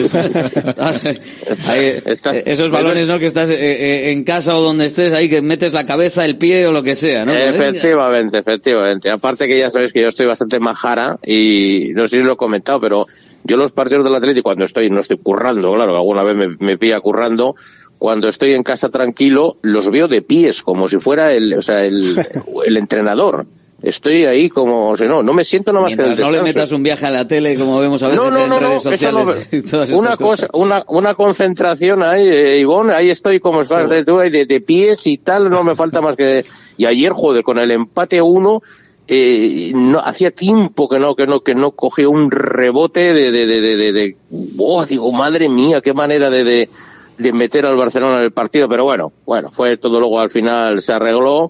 Ahí, está, esos balones, ¿no? Que estás eh, en casa o donde estés, ahí que metes la cabeza, el pie o lo que sea, ¿no? Efectivamente, efectivamente. Aparte que ya sabéis que yo estoy bastante majara y no sé si lo he comentado, pero yo los partidos del Atlético cuando estoy, no estoy currando, claro, alguna vez me, me pilla currando, cuando estoy en casa tranquilo, los veo de pies, como si fuera el, o sea, el, el entrenador. Estoy ahí como, o sea, no, no me siento nada más Mientras que en el descanso. No le metas un viaje a la tele, como vemos a veces no, no, no, en redes no, sociales no, y todas una estas cosa, cosas. una, una concentración ahí, eh, Ivonne, ahí estoy como estás de, de, de pies y tal, no me falta más que, y ayer, joder, con el empate uno, eh, no, hacía tiempo que no, que no, que no cogía un rebote de, de, de, de, de, de oh, digo, madre mía, qué manera de, de, de meter al Barcelona en el partido, pero bueno, bueno, fue todo luego al final se arregló,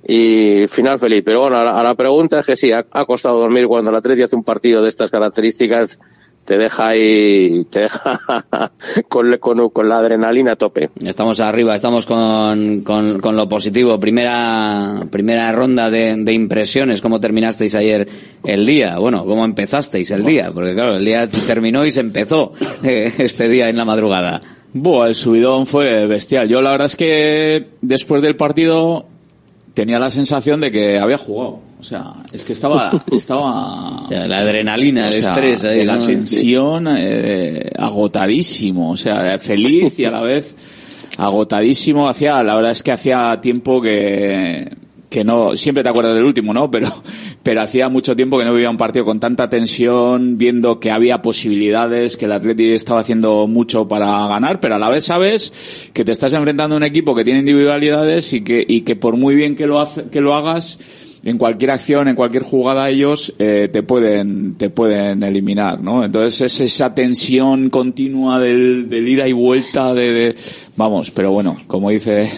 y final feliz. Pero bueno, a la, a la pregunta es que sí, ha, ha costado dormir cuando el Atleti hace un partido de estas características, te deja ahí, te deja con, con, con la adrenalina a tope. Estamos arriba, estamos con, con, con lo positivo. Primera, primera ronda de, de impresiones. ¿Cómo terminasteis ayer el día? Bueno, ¿cómo empezasteis el día? Porque claro, el día terminó y se empezó eh, este día en la madrugada. Buah, el subidón fue bestial. Yo la verdad es que después del partido tenía la sensación de que había jugado. O sea, es que estaba, estaba... La adrenalina, el o sea, estrés ahí, la ¿no? tensión, eh, agotadísimo. O sea, feliz y a la vez agotadísimo. Hacía, la verdad es que hacía tiempo que, que no, siempre te acuerdas del último, ¿no? Pero, pero hacía mucho tiempo que no vivía un partido con tanta tensión, viendo que había posibilidades, que el Atleti estaba haciendo mucho para ganar, pero a la vez sabes que te estás enfrentando a un equipo que tiene individualidades y que, y que por muy bien que lo hace, que lo hagas, en cualquier acción, en cualquier jugada ellos eh, te pueden te pueden eliminar, ¿no? Entonces es esa tensión continua del, del ida y vuelta de, de vamos, pero bueno, como dice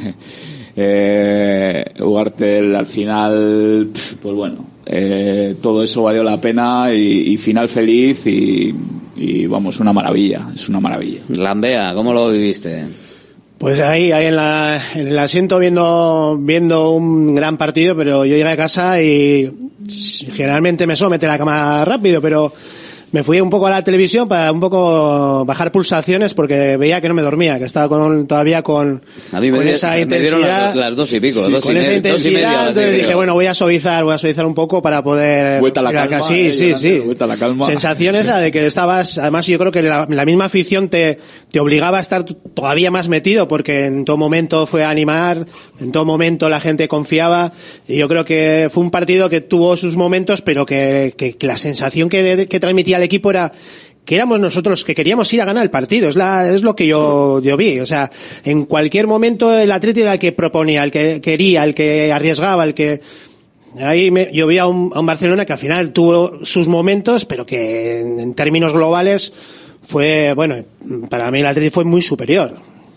eh, Ugarte, al final, pues bueno, eh, todo eso valió la pena y, y final feliz y, y vamos, una maravilla, es una maravilla. Lambea, ¿cómo lo viviste? Pues ahí, ahí en, la, en el asiento viendo, viendo un gran partido, pero yo llegué a casa y generalmente me suelo meter a la cama rápido, pero me fui un poco a la televisión para un poco bajar pulsaciones porque veía que no me dormía, que estaba con, todavía con, a mí me con me esa me intensidad. Las, las dos y pico, sí, dos con y esa media, intensidad, media, entonces así, dije, bueno, voy a suavizar, voy a suavizar un poco para poder... Vuelta a la calma. Sí, eh, sí, sí. Vuelta a la calma. Sensación esa de que estabas, además yo creo que la, la misma afición te, te obligaba a estar todavía más metido porque en todo momento fue a animar, en todo momento la gente confiaba y yo creo que fue un partido que tuvo sus momentos, pero que, que, que la sensación que, que transmitía el equipo era que éramos nosotros que queríamos ir a ganar el partido, es la, es lo que yo, yo vi, o sea, en cualquier momento el Atleti era el que proponía, el que quería, el que arriesgaba, el que, ahí me, yo vi a un, a un Barcelona que al final tuvo sus momentos, pero que en, en términos globales fue, bueno, para mí el Atleti fue muy superior.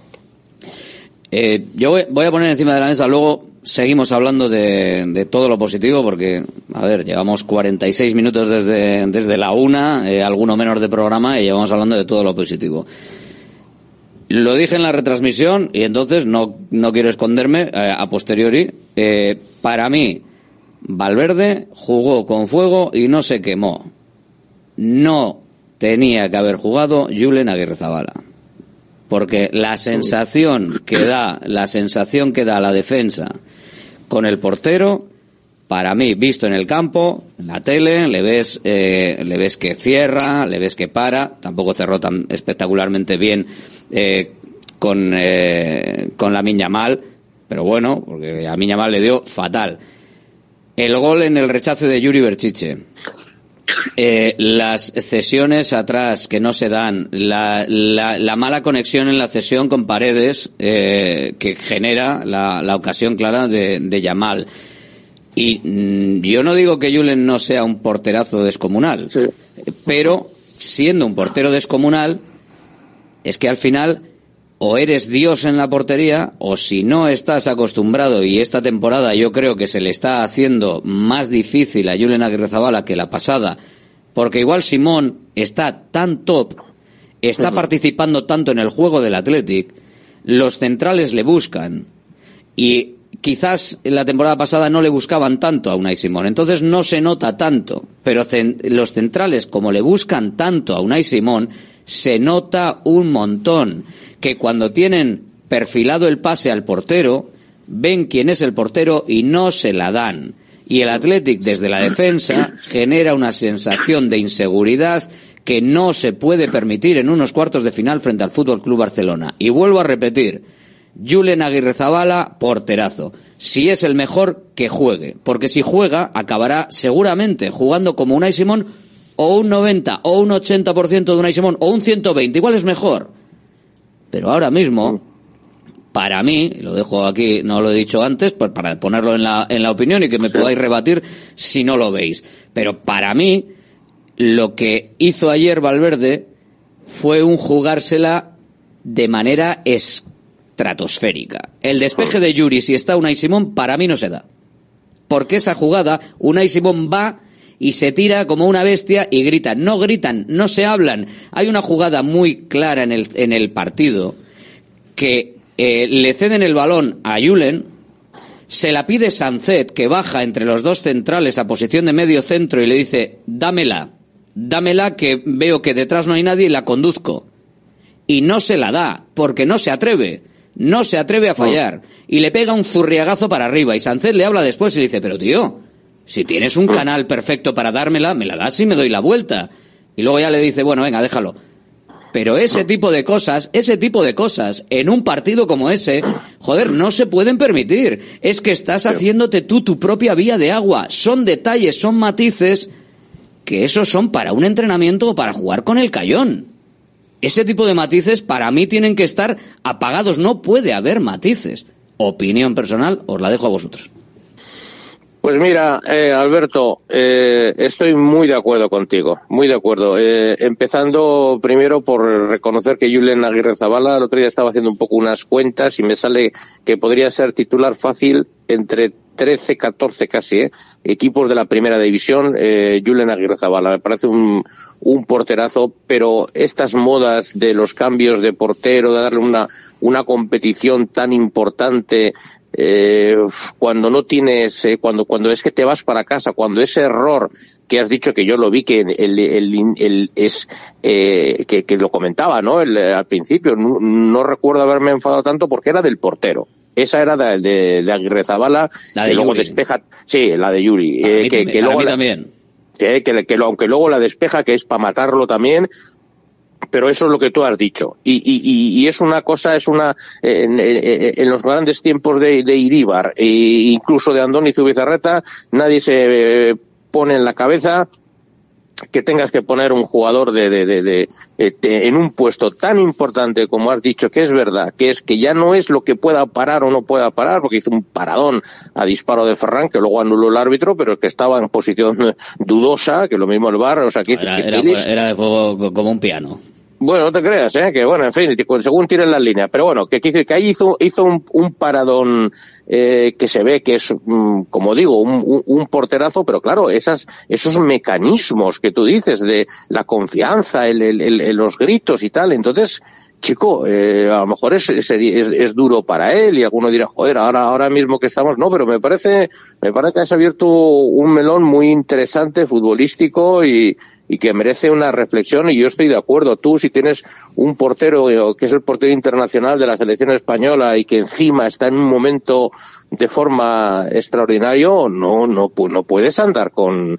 Eh, yo voy, voy a poner encima de la mesa, luego seguimos hablando de, de todo lo positivo, porque, a ver, llevamos cuarenta y seis minutos desde, desde la una, eh, alguno menos de programa, y llevamos hablando de todo lo positivo. Lo dije en la retransmisión, y entonces no, no quiero esconderme, eh, a posteriori, eh, para mí, Valverde jugó con fuego y no se quemó. No tenía que haber jugado Julen Aguirrezabala. Porque la sensación que da, la sensación que da la defensa con el portero, para mí, visto en el campo, en la tele, le ves, eh, le ves que cierra, le ves que para, tampoco cerró tan espectacularmente bien, eh, con, eh, con Lamine Yamal, pero bueno, porque a Lamine Yamal le dio fatal. El gol en el rechace de Yuri Berchiche. Eh, las cesiones atrás que no se dan, la, la, la mala conexión en la cesión con Paredes, eh, que genera la, la ocasión clara de, de Yamal. Y mmm, yo no digo que Julen no sea un porterazo descomunal, sí, pero siendo un portero descomunal, es que al final o eres Dios en la portería, o si no estás acostumbrado, y esta temporada yo creo que se le está haciendo más difícil a Julen Aguirrezabala que la pasada, porque igual Simón está tan top, está uh-huh. participando tanto en el juego del Athletic, los centrales le buscan y quizás la temporada pasada no le buscaban tanto a Unai Simón, entonces no se nota tanto, pero cen- los centrales, como le buscan tanto a Unai Simón, se nota un montón, que cuando tienen perfilado el pase al portero, ven quién es el portero y no se la dan. Y el Athletic desde la defensa genera una sensación de inseguridad que no se puede permitir en unos cuartos de final frente al F C Barcelona. Y vuelvo a repetir, Julen Agirrezabala, porterazo. Si es el mejor, que juegue, porque si juega, acabará seguramente jugando como Unai Simón, o un noventa, o un ochenta por ciento de Unai Simón, o un ciento veinte, igual es mejor. Pero ahora mismo, para mí, lo dejo aquí, no lo he dicho antes, pues para ponerlo en la, en la opinión y que me sí. podáis rebatir si no lo veis. Pero para mí, lo que hizo ayer Valverde fue un jugársela de manera estratosférica. El despeje de Yuri, si está Unai Simón, para mí no se da. Porque esa jugada, Unai Simón va y se tira como una bestia y gritan. No gritan, no se hablan. Hay una jugada muy clara en el, en el partido que eh, le ceden el balón a Julen, se la pide Sancet, que baja entre los dos centrales a posición de medio centro y le dice, dámela, dámela que veo que detrás no hay nadie y la conduzco. Y no se la da, porque no se atreve, no se atreve a fallar. Y le pega un zurriagazo para arriba y Sancet le habla después y le dice, pero tío, si tienes un canal perfecto para dármela, me la das y me doy la vuelta. Y luego ya le dice, bueno, venga, déjalo. Pero ese tipo de cosas, ese tipo de cosas, en un partido como ese, joder, no se pueden permitir. Es que estás haciéndote tú tu propia vía de agua. Son detalles, son matices, que esos son para un entrenamiento o para jugar con el Cayón. Ese tipo de matices para mí tienen que estar apagados. No puede haber matices. Opinión personal, os la dejo a vosotros. Pues mira, eh, Alberto, eh, estoy muy de acuerdo contigo, muy de acuerdo. Eh, empezando primero por reconocer que Julen Agirrezabala, el otro día estaba haciendo un poco unas cuentas y me sale que podría ser titular fácil entre trece, catorce casi, eh, equipos de la primera división, eh, Julen Agirrezabala. Me parece un, un porterazo, pero estas modas de los cambios de portero, de darle una, una competición tan importante, Eh, cuando no tienes, eh, cuando cuando es que te vas para casa, cuando ese error que has dicho, que yo lo vi que el el, el, el es eh, que, que lo comentaba, ¿no? El, al principio no, no recuerdo haberme enfadado tanto porque era del portero. Esa era de, de, de Agirrezabala, la de que luego Yuri. despeja, sí, la de Yuri, eh, que, que luego mí la, también. Que, que, que lo, aunque luego la despeja, que es para matarlo también. Pero eso es lo que tú has dicho. Y, y, y es una cosa, es una, en, en, en los grandes tiempos de, de Iríbar, e incluso de Andoni Zubizarreta, nadie se pone en la cabeza que tengas que poner un jugador de, de, de, de, de en un puesto tan importante como has dicho, que es verdad, que es que ya no es lo que pueda parar o no pueda parar, porque hizo un paradón a disparo de Ferran, que luego anuló el árbitro, pero que estaba en posición dudosa, que lo mismo el V A R, o sea, que, Era, que era, Pilis, era de fuego como un piano. bueno, no te creas, ¿eh? Que bueno, en fin, según tiren las líneas. Pero bueno, que, que, que ahí hizo, hizo un, un paradón eh, que se ve que es, mm, como digo, un, un, un porterazo, pero claro, esas, esos mecanismos que tú dices de la confianza, el, el, el, el los gritos y tal, entonces, chico, eh, a lo mejor es, es, es, es duro para él y alguno dirá, joder, ahora, ahora mismo que estamos, no, pero me parece, me parece que has abierto un melón muy interesante, futbolístico y, y que merece una reflexión, y yo estoy de acuerdo. Tú, si tienes un portero que es el portero internacional de la selección española y que encima está en un momento de forma extraordinario, no no no puedes andar con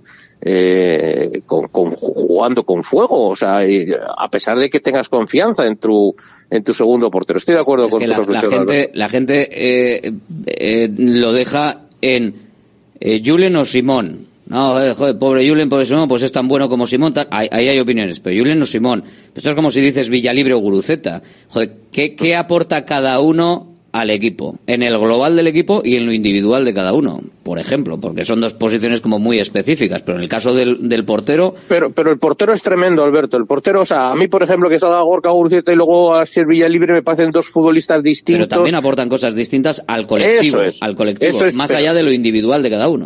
eh, con, con jugando con fuego, o sea, a pesar de que tengas confianza en tu en tu segundo portero. Estoy de acuerdo es con que tu la, reflexión. la gente la gente eh, eh, lo deja en eh, Julen o Simón. No, eh, joder, pobre Julen, pobre Simón, pues es tan bueno como Simón. Tal. Ahí, ahí hay opiniones, pero Julen o Simón. Esto es como si dices Villalibre o Guruceta. Joder, ¿qué, qué aporta cada uno al equipo? En el global del equipo y en lo individual de cada uno, por ejemplo, porque son dos posiciones como muy específicas, pero en el caso del, del portero... Pero pero el portero es tremendo, Alberto. El portero, o sea, a mí, por ejemplo, que salga Gorka Guruceta y luego a ser Villalibre, me parecen dos futbolistas distintos. Pero también aportan cosas distintas al colectivo, Eso es, al colectivo, eso es, más pero... allá de lo individual de cada uno.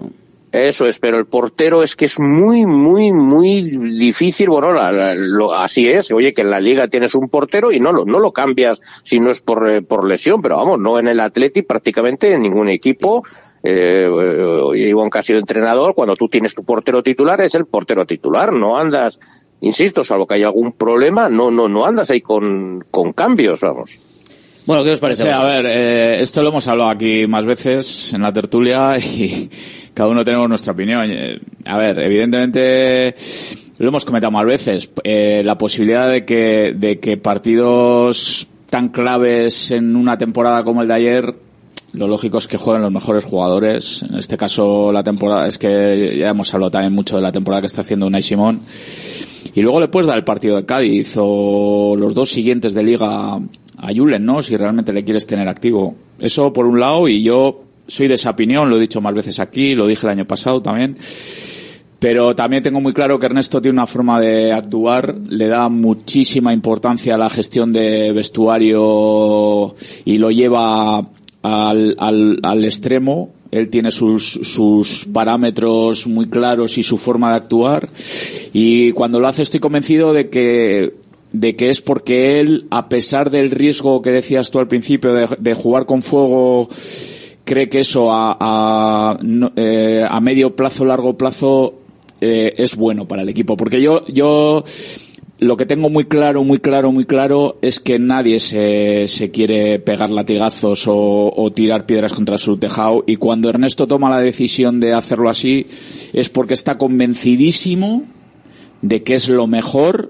Eso es, pero el portero es que es muy, muy, muy difícil. Bueno, la, la, lo, así es. Oye, que en la liga tienes un portero y no lo, no lo cambias si no es por, eh, por lesión, pero vamos, no en el Atleti, prácticamente en ningún equipo. Eh, Ivonne, que ha sido entrenador, cuando tú tienes tu portero titular, es el portero titular, no andas, insisto, salvo que haya algún problema, no, no, no andas ahí con, con cambios, vamos. Bueno, ¿qué os parece? O sea, a ver, eh, esto lo hemos hablado aquí más veces en la tertulia y cada uno tenemos nuestra opinión. Eh, a ver, evidentemente lo hemos comentado más veces. Eh, la posibilidad de que, de que partidos tan claves en una temporada como el de ayer, lo lógico es que jueguen los mejores jugadores. En este caso, la temporada, es que ya hemos hablado también mucho de la temporada que está haciendo Unai Simón. Y luego le puedes dar el partido de Cádiz o los dos siguientes de Liga a Julen, ¿no? Si realmente le quieres tener activo. Eso por un lado, y yo soy de esa opinión, lo he dicho más veces aquí, lo dije el año pasado también. Pero también tengo muy claro que Ernesto tiene una forma de actuar, le da muchísima importancia a la gestión de vestuario y lo lleva al, al, al extremo. Él tiene sus, sus parámetros muy claros y su forma de actuar, y cuando lo hace estoy convencido de que de que es porque él, a pesar del riesgo que decías tú al principio de, de jugar con fuego, cree que eso a, a, eh, a medio plazo, largo plazo eh, es bueno para el equipo. Porque yo yo lo que tengo muy claro, muy claro, muy claro es que nadie se, se quiere pegar latigazos o, o tirar piedras contra su tejado, y cuando Ernesto toma la decisión de hacerlo así es porque está convencidísimo de que es lo mejor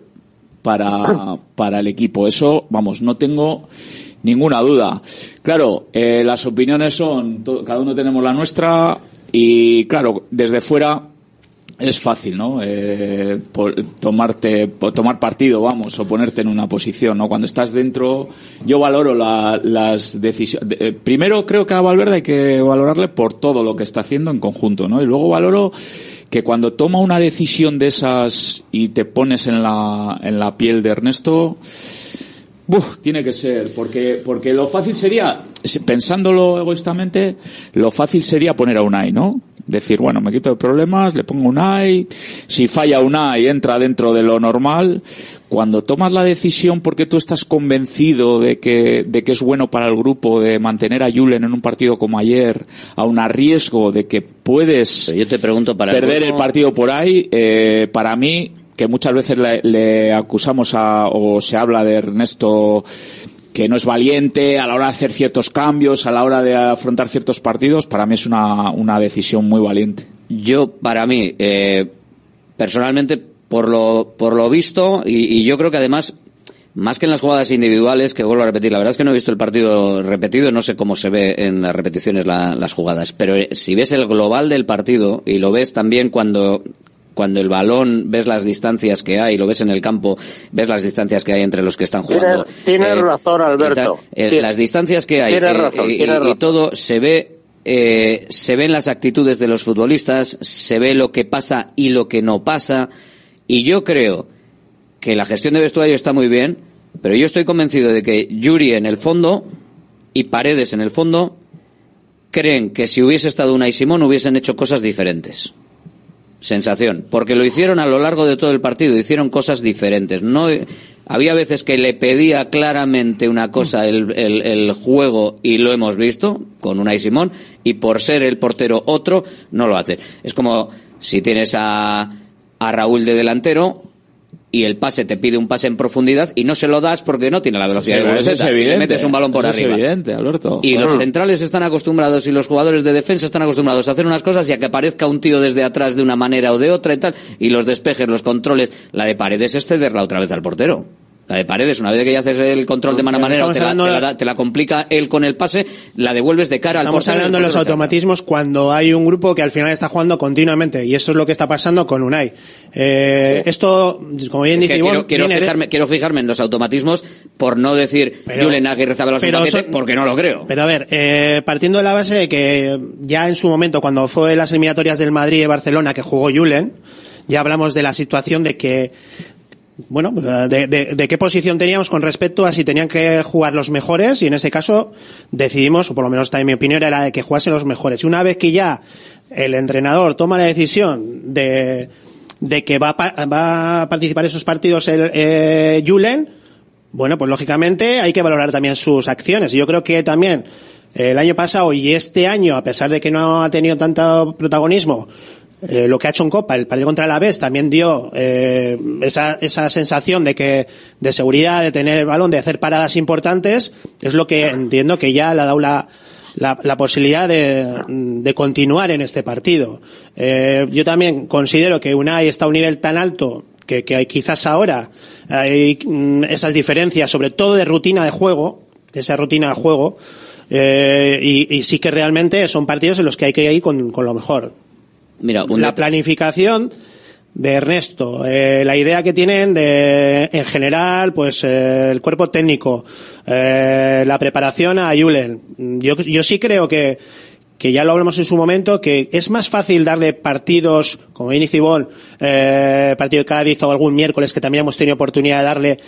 para, para el equipo. Eso, vamos, no tengo ninguna duda. Claro, eh, las opiniones son, to, cada uno tenemos la nuestra, y claro, desde fuera es fácil, ¿no? Eh, por tomarte, por tomar partido, vamos, o ponerte en una posición, ¿no? Cuando estás dentro, yo valoro la, las decisiones. Eh, primero, creo que a Valverde hay que valorarle por todo lo que está haciendo en conjunto, ¿no? Y luego valoro que cuando toma una decisión de esas y te pones en la, en la piel de Ernesto, ¡buf!, tiene que ser, porque, porque lo fácil sería, pensándolo egoístamente, lo fácil sería poner a Unai, ¿no? Decir, bueno, me quito de problemas, le pongo Unai, si falla Unai entra dentro de lo normal. Cuando tomas la decisión porque tú estás convencido de que, de que es bueno para el grupo, de mantener a Julen en un partido como ayer, a un riesgo de que puedes yo te pregunto para perder el, el partido por ahí, eh, para mí, que muchas veces le, le acusamos a, o se habla de Ernesto que no es valiente a la hora de hacer ciertos cambios, a la hora de afrontar ciertos partidos, para mí es una, una decisión muy valiente. Yo, para mí, eh, personalmente, por lo, por lo visto, y, y yo creo que además, más que en las jugadas individuales, que vuelvo a repetir, la verdad es que no he visto el partido repetido, no sé cómo se ve en las repeticiones la, las jugadas, pero si ves el global del partido, y lo ves también cuando cuando el balón, ves las distancias que hay, lo ves en el campo, ves las distancias que hay entre los que están jugando. Tienes, tienes eh, razón, Alberto. Eh, tienes, las distancias que hay tienes eh, razón, eh, tienes y, razón. y todo se ve, eh, se ven las actitudes de los futbolistas, se ve lo que pasa y lo que no pasa, y yo creo que la gestión de vestuario está muy bien, pero yo estoy convencido de que Yuri en el fondo y Paredes en el fondo creen que si hubiese estado Unai Simón hubiesen hecho cosas diferentes. Sensación, porque lo hicieron a lo largo de todo el partido, hicieron cosas diferentes. No había veces que le pedía claramente una cosa el, el, el juego, y lo hemos visto con Unai Simón, y por ser el portero otro no lo hace. Es como si tienes a, a Raúl de delantero y el pase te pide un pase en profundidad y no se lo das porque no tiene la velocidad sí, de Guardiola, y le metes un balón por eso arriba. Es evidente, Alberto. Y claro. Los centrales están acostumbrados y los jugadores de defensa están acostumbrados a hacer unas cosas y a que aparezca un tío desde atrás de una manera o de otra y tal, y los despejes, los controles. La de Paredes es cederla otra vez al portero. La de Paredes, una vez que ya haces el control de mano a manera, te la, te, la, te la complica él con el pase, la devuelves de cara al portero. Estamos hablando de los automatismos cuando hay un grupo que al final está jugando continuamente, y eso es lo que está pasando con Unai. Eh, sí. Esto, como bien es dice Ivonne, quiero, quiero, fijarme, de... quiero fijarme en los automatismos, por no decir Julen Aguirre Zabala es un paquete, porque no lo creo. Pero a ver, eh, partiendo de la base de que ya en su momento, cuando fue las eliminatorias del Madrid y Barcelona que jugó Julen, ya hablamos de la situación de que bueno, de, de, de qué posición teníamos con respecto a si tenían que jugar los mejores, y en ese caso decidimos, o por lo menos está en mi opinión, era de que jugasen los mejores. Y una vez que ya el entrenador toma la decisión de, de que va a, va a participar en esos partidos el eh, Julen, bueno, pues lógicamente hay que valorar también sus acciones. Yo creo que también eh, el año pasado y este año, a pesar de que no ha tenido tanto protagonismo, eh, lo que ha hecho en Copa, el partido contra el Alavés, también dio eh, esa, esa sensación de que de seguridad, de tener el balón, de hacer paradas importantes. Es lo que entiendo que ya le ha dado la La, la posibilidad de, de continuar en este partido. Eh, yo también considero que Unai está a un nivel tan alto que, que hay, quizás ahora hay mm, esas diferencias, sobre todo de rutina de juego, de esa rutina de juego, eh, y, y sí que realmente son partidos en los que hay que ir con, con lo mejor. Mira, un la planificación de Ernesto, eh, la idea que tienen de, en general, pues eh, el cuerpo técnico, eh, la preparación a Julen. Yo, yo sí creo que, que ya lo hablamos en su momento, que es más fácil darle partidos, como bien dice Ivonne, eh, partido de Cádiz o algún miércoles que también hemos tenido oportunidad de darle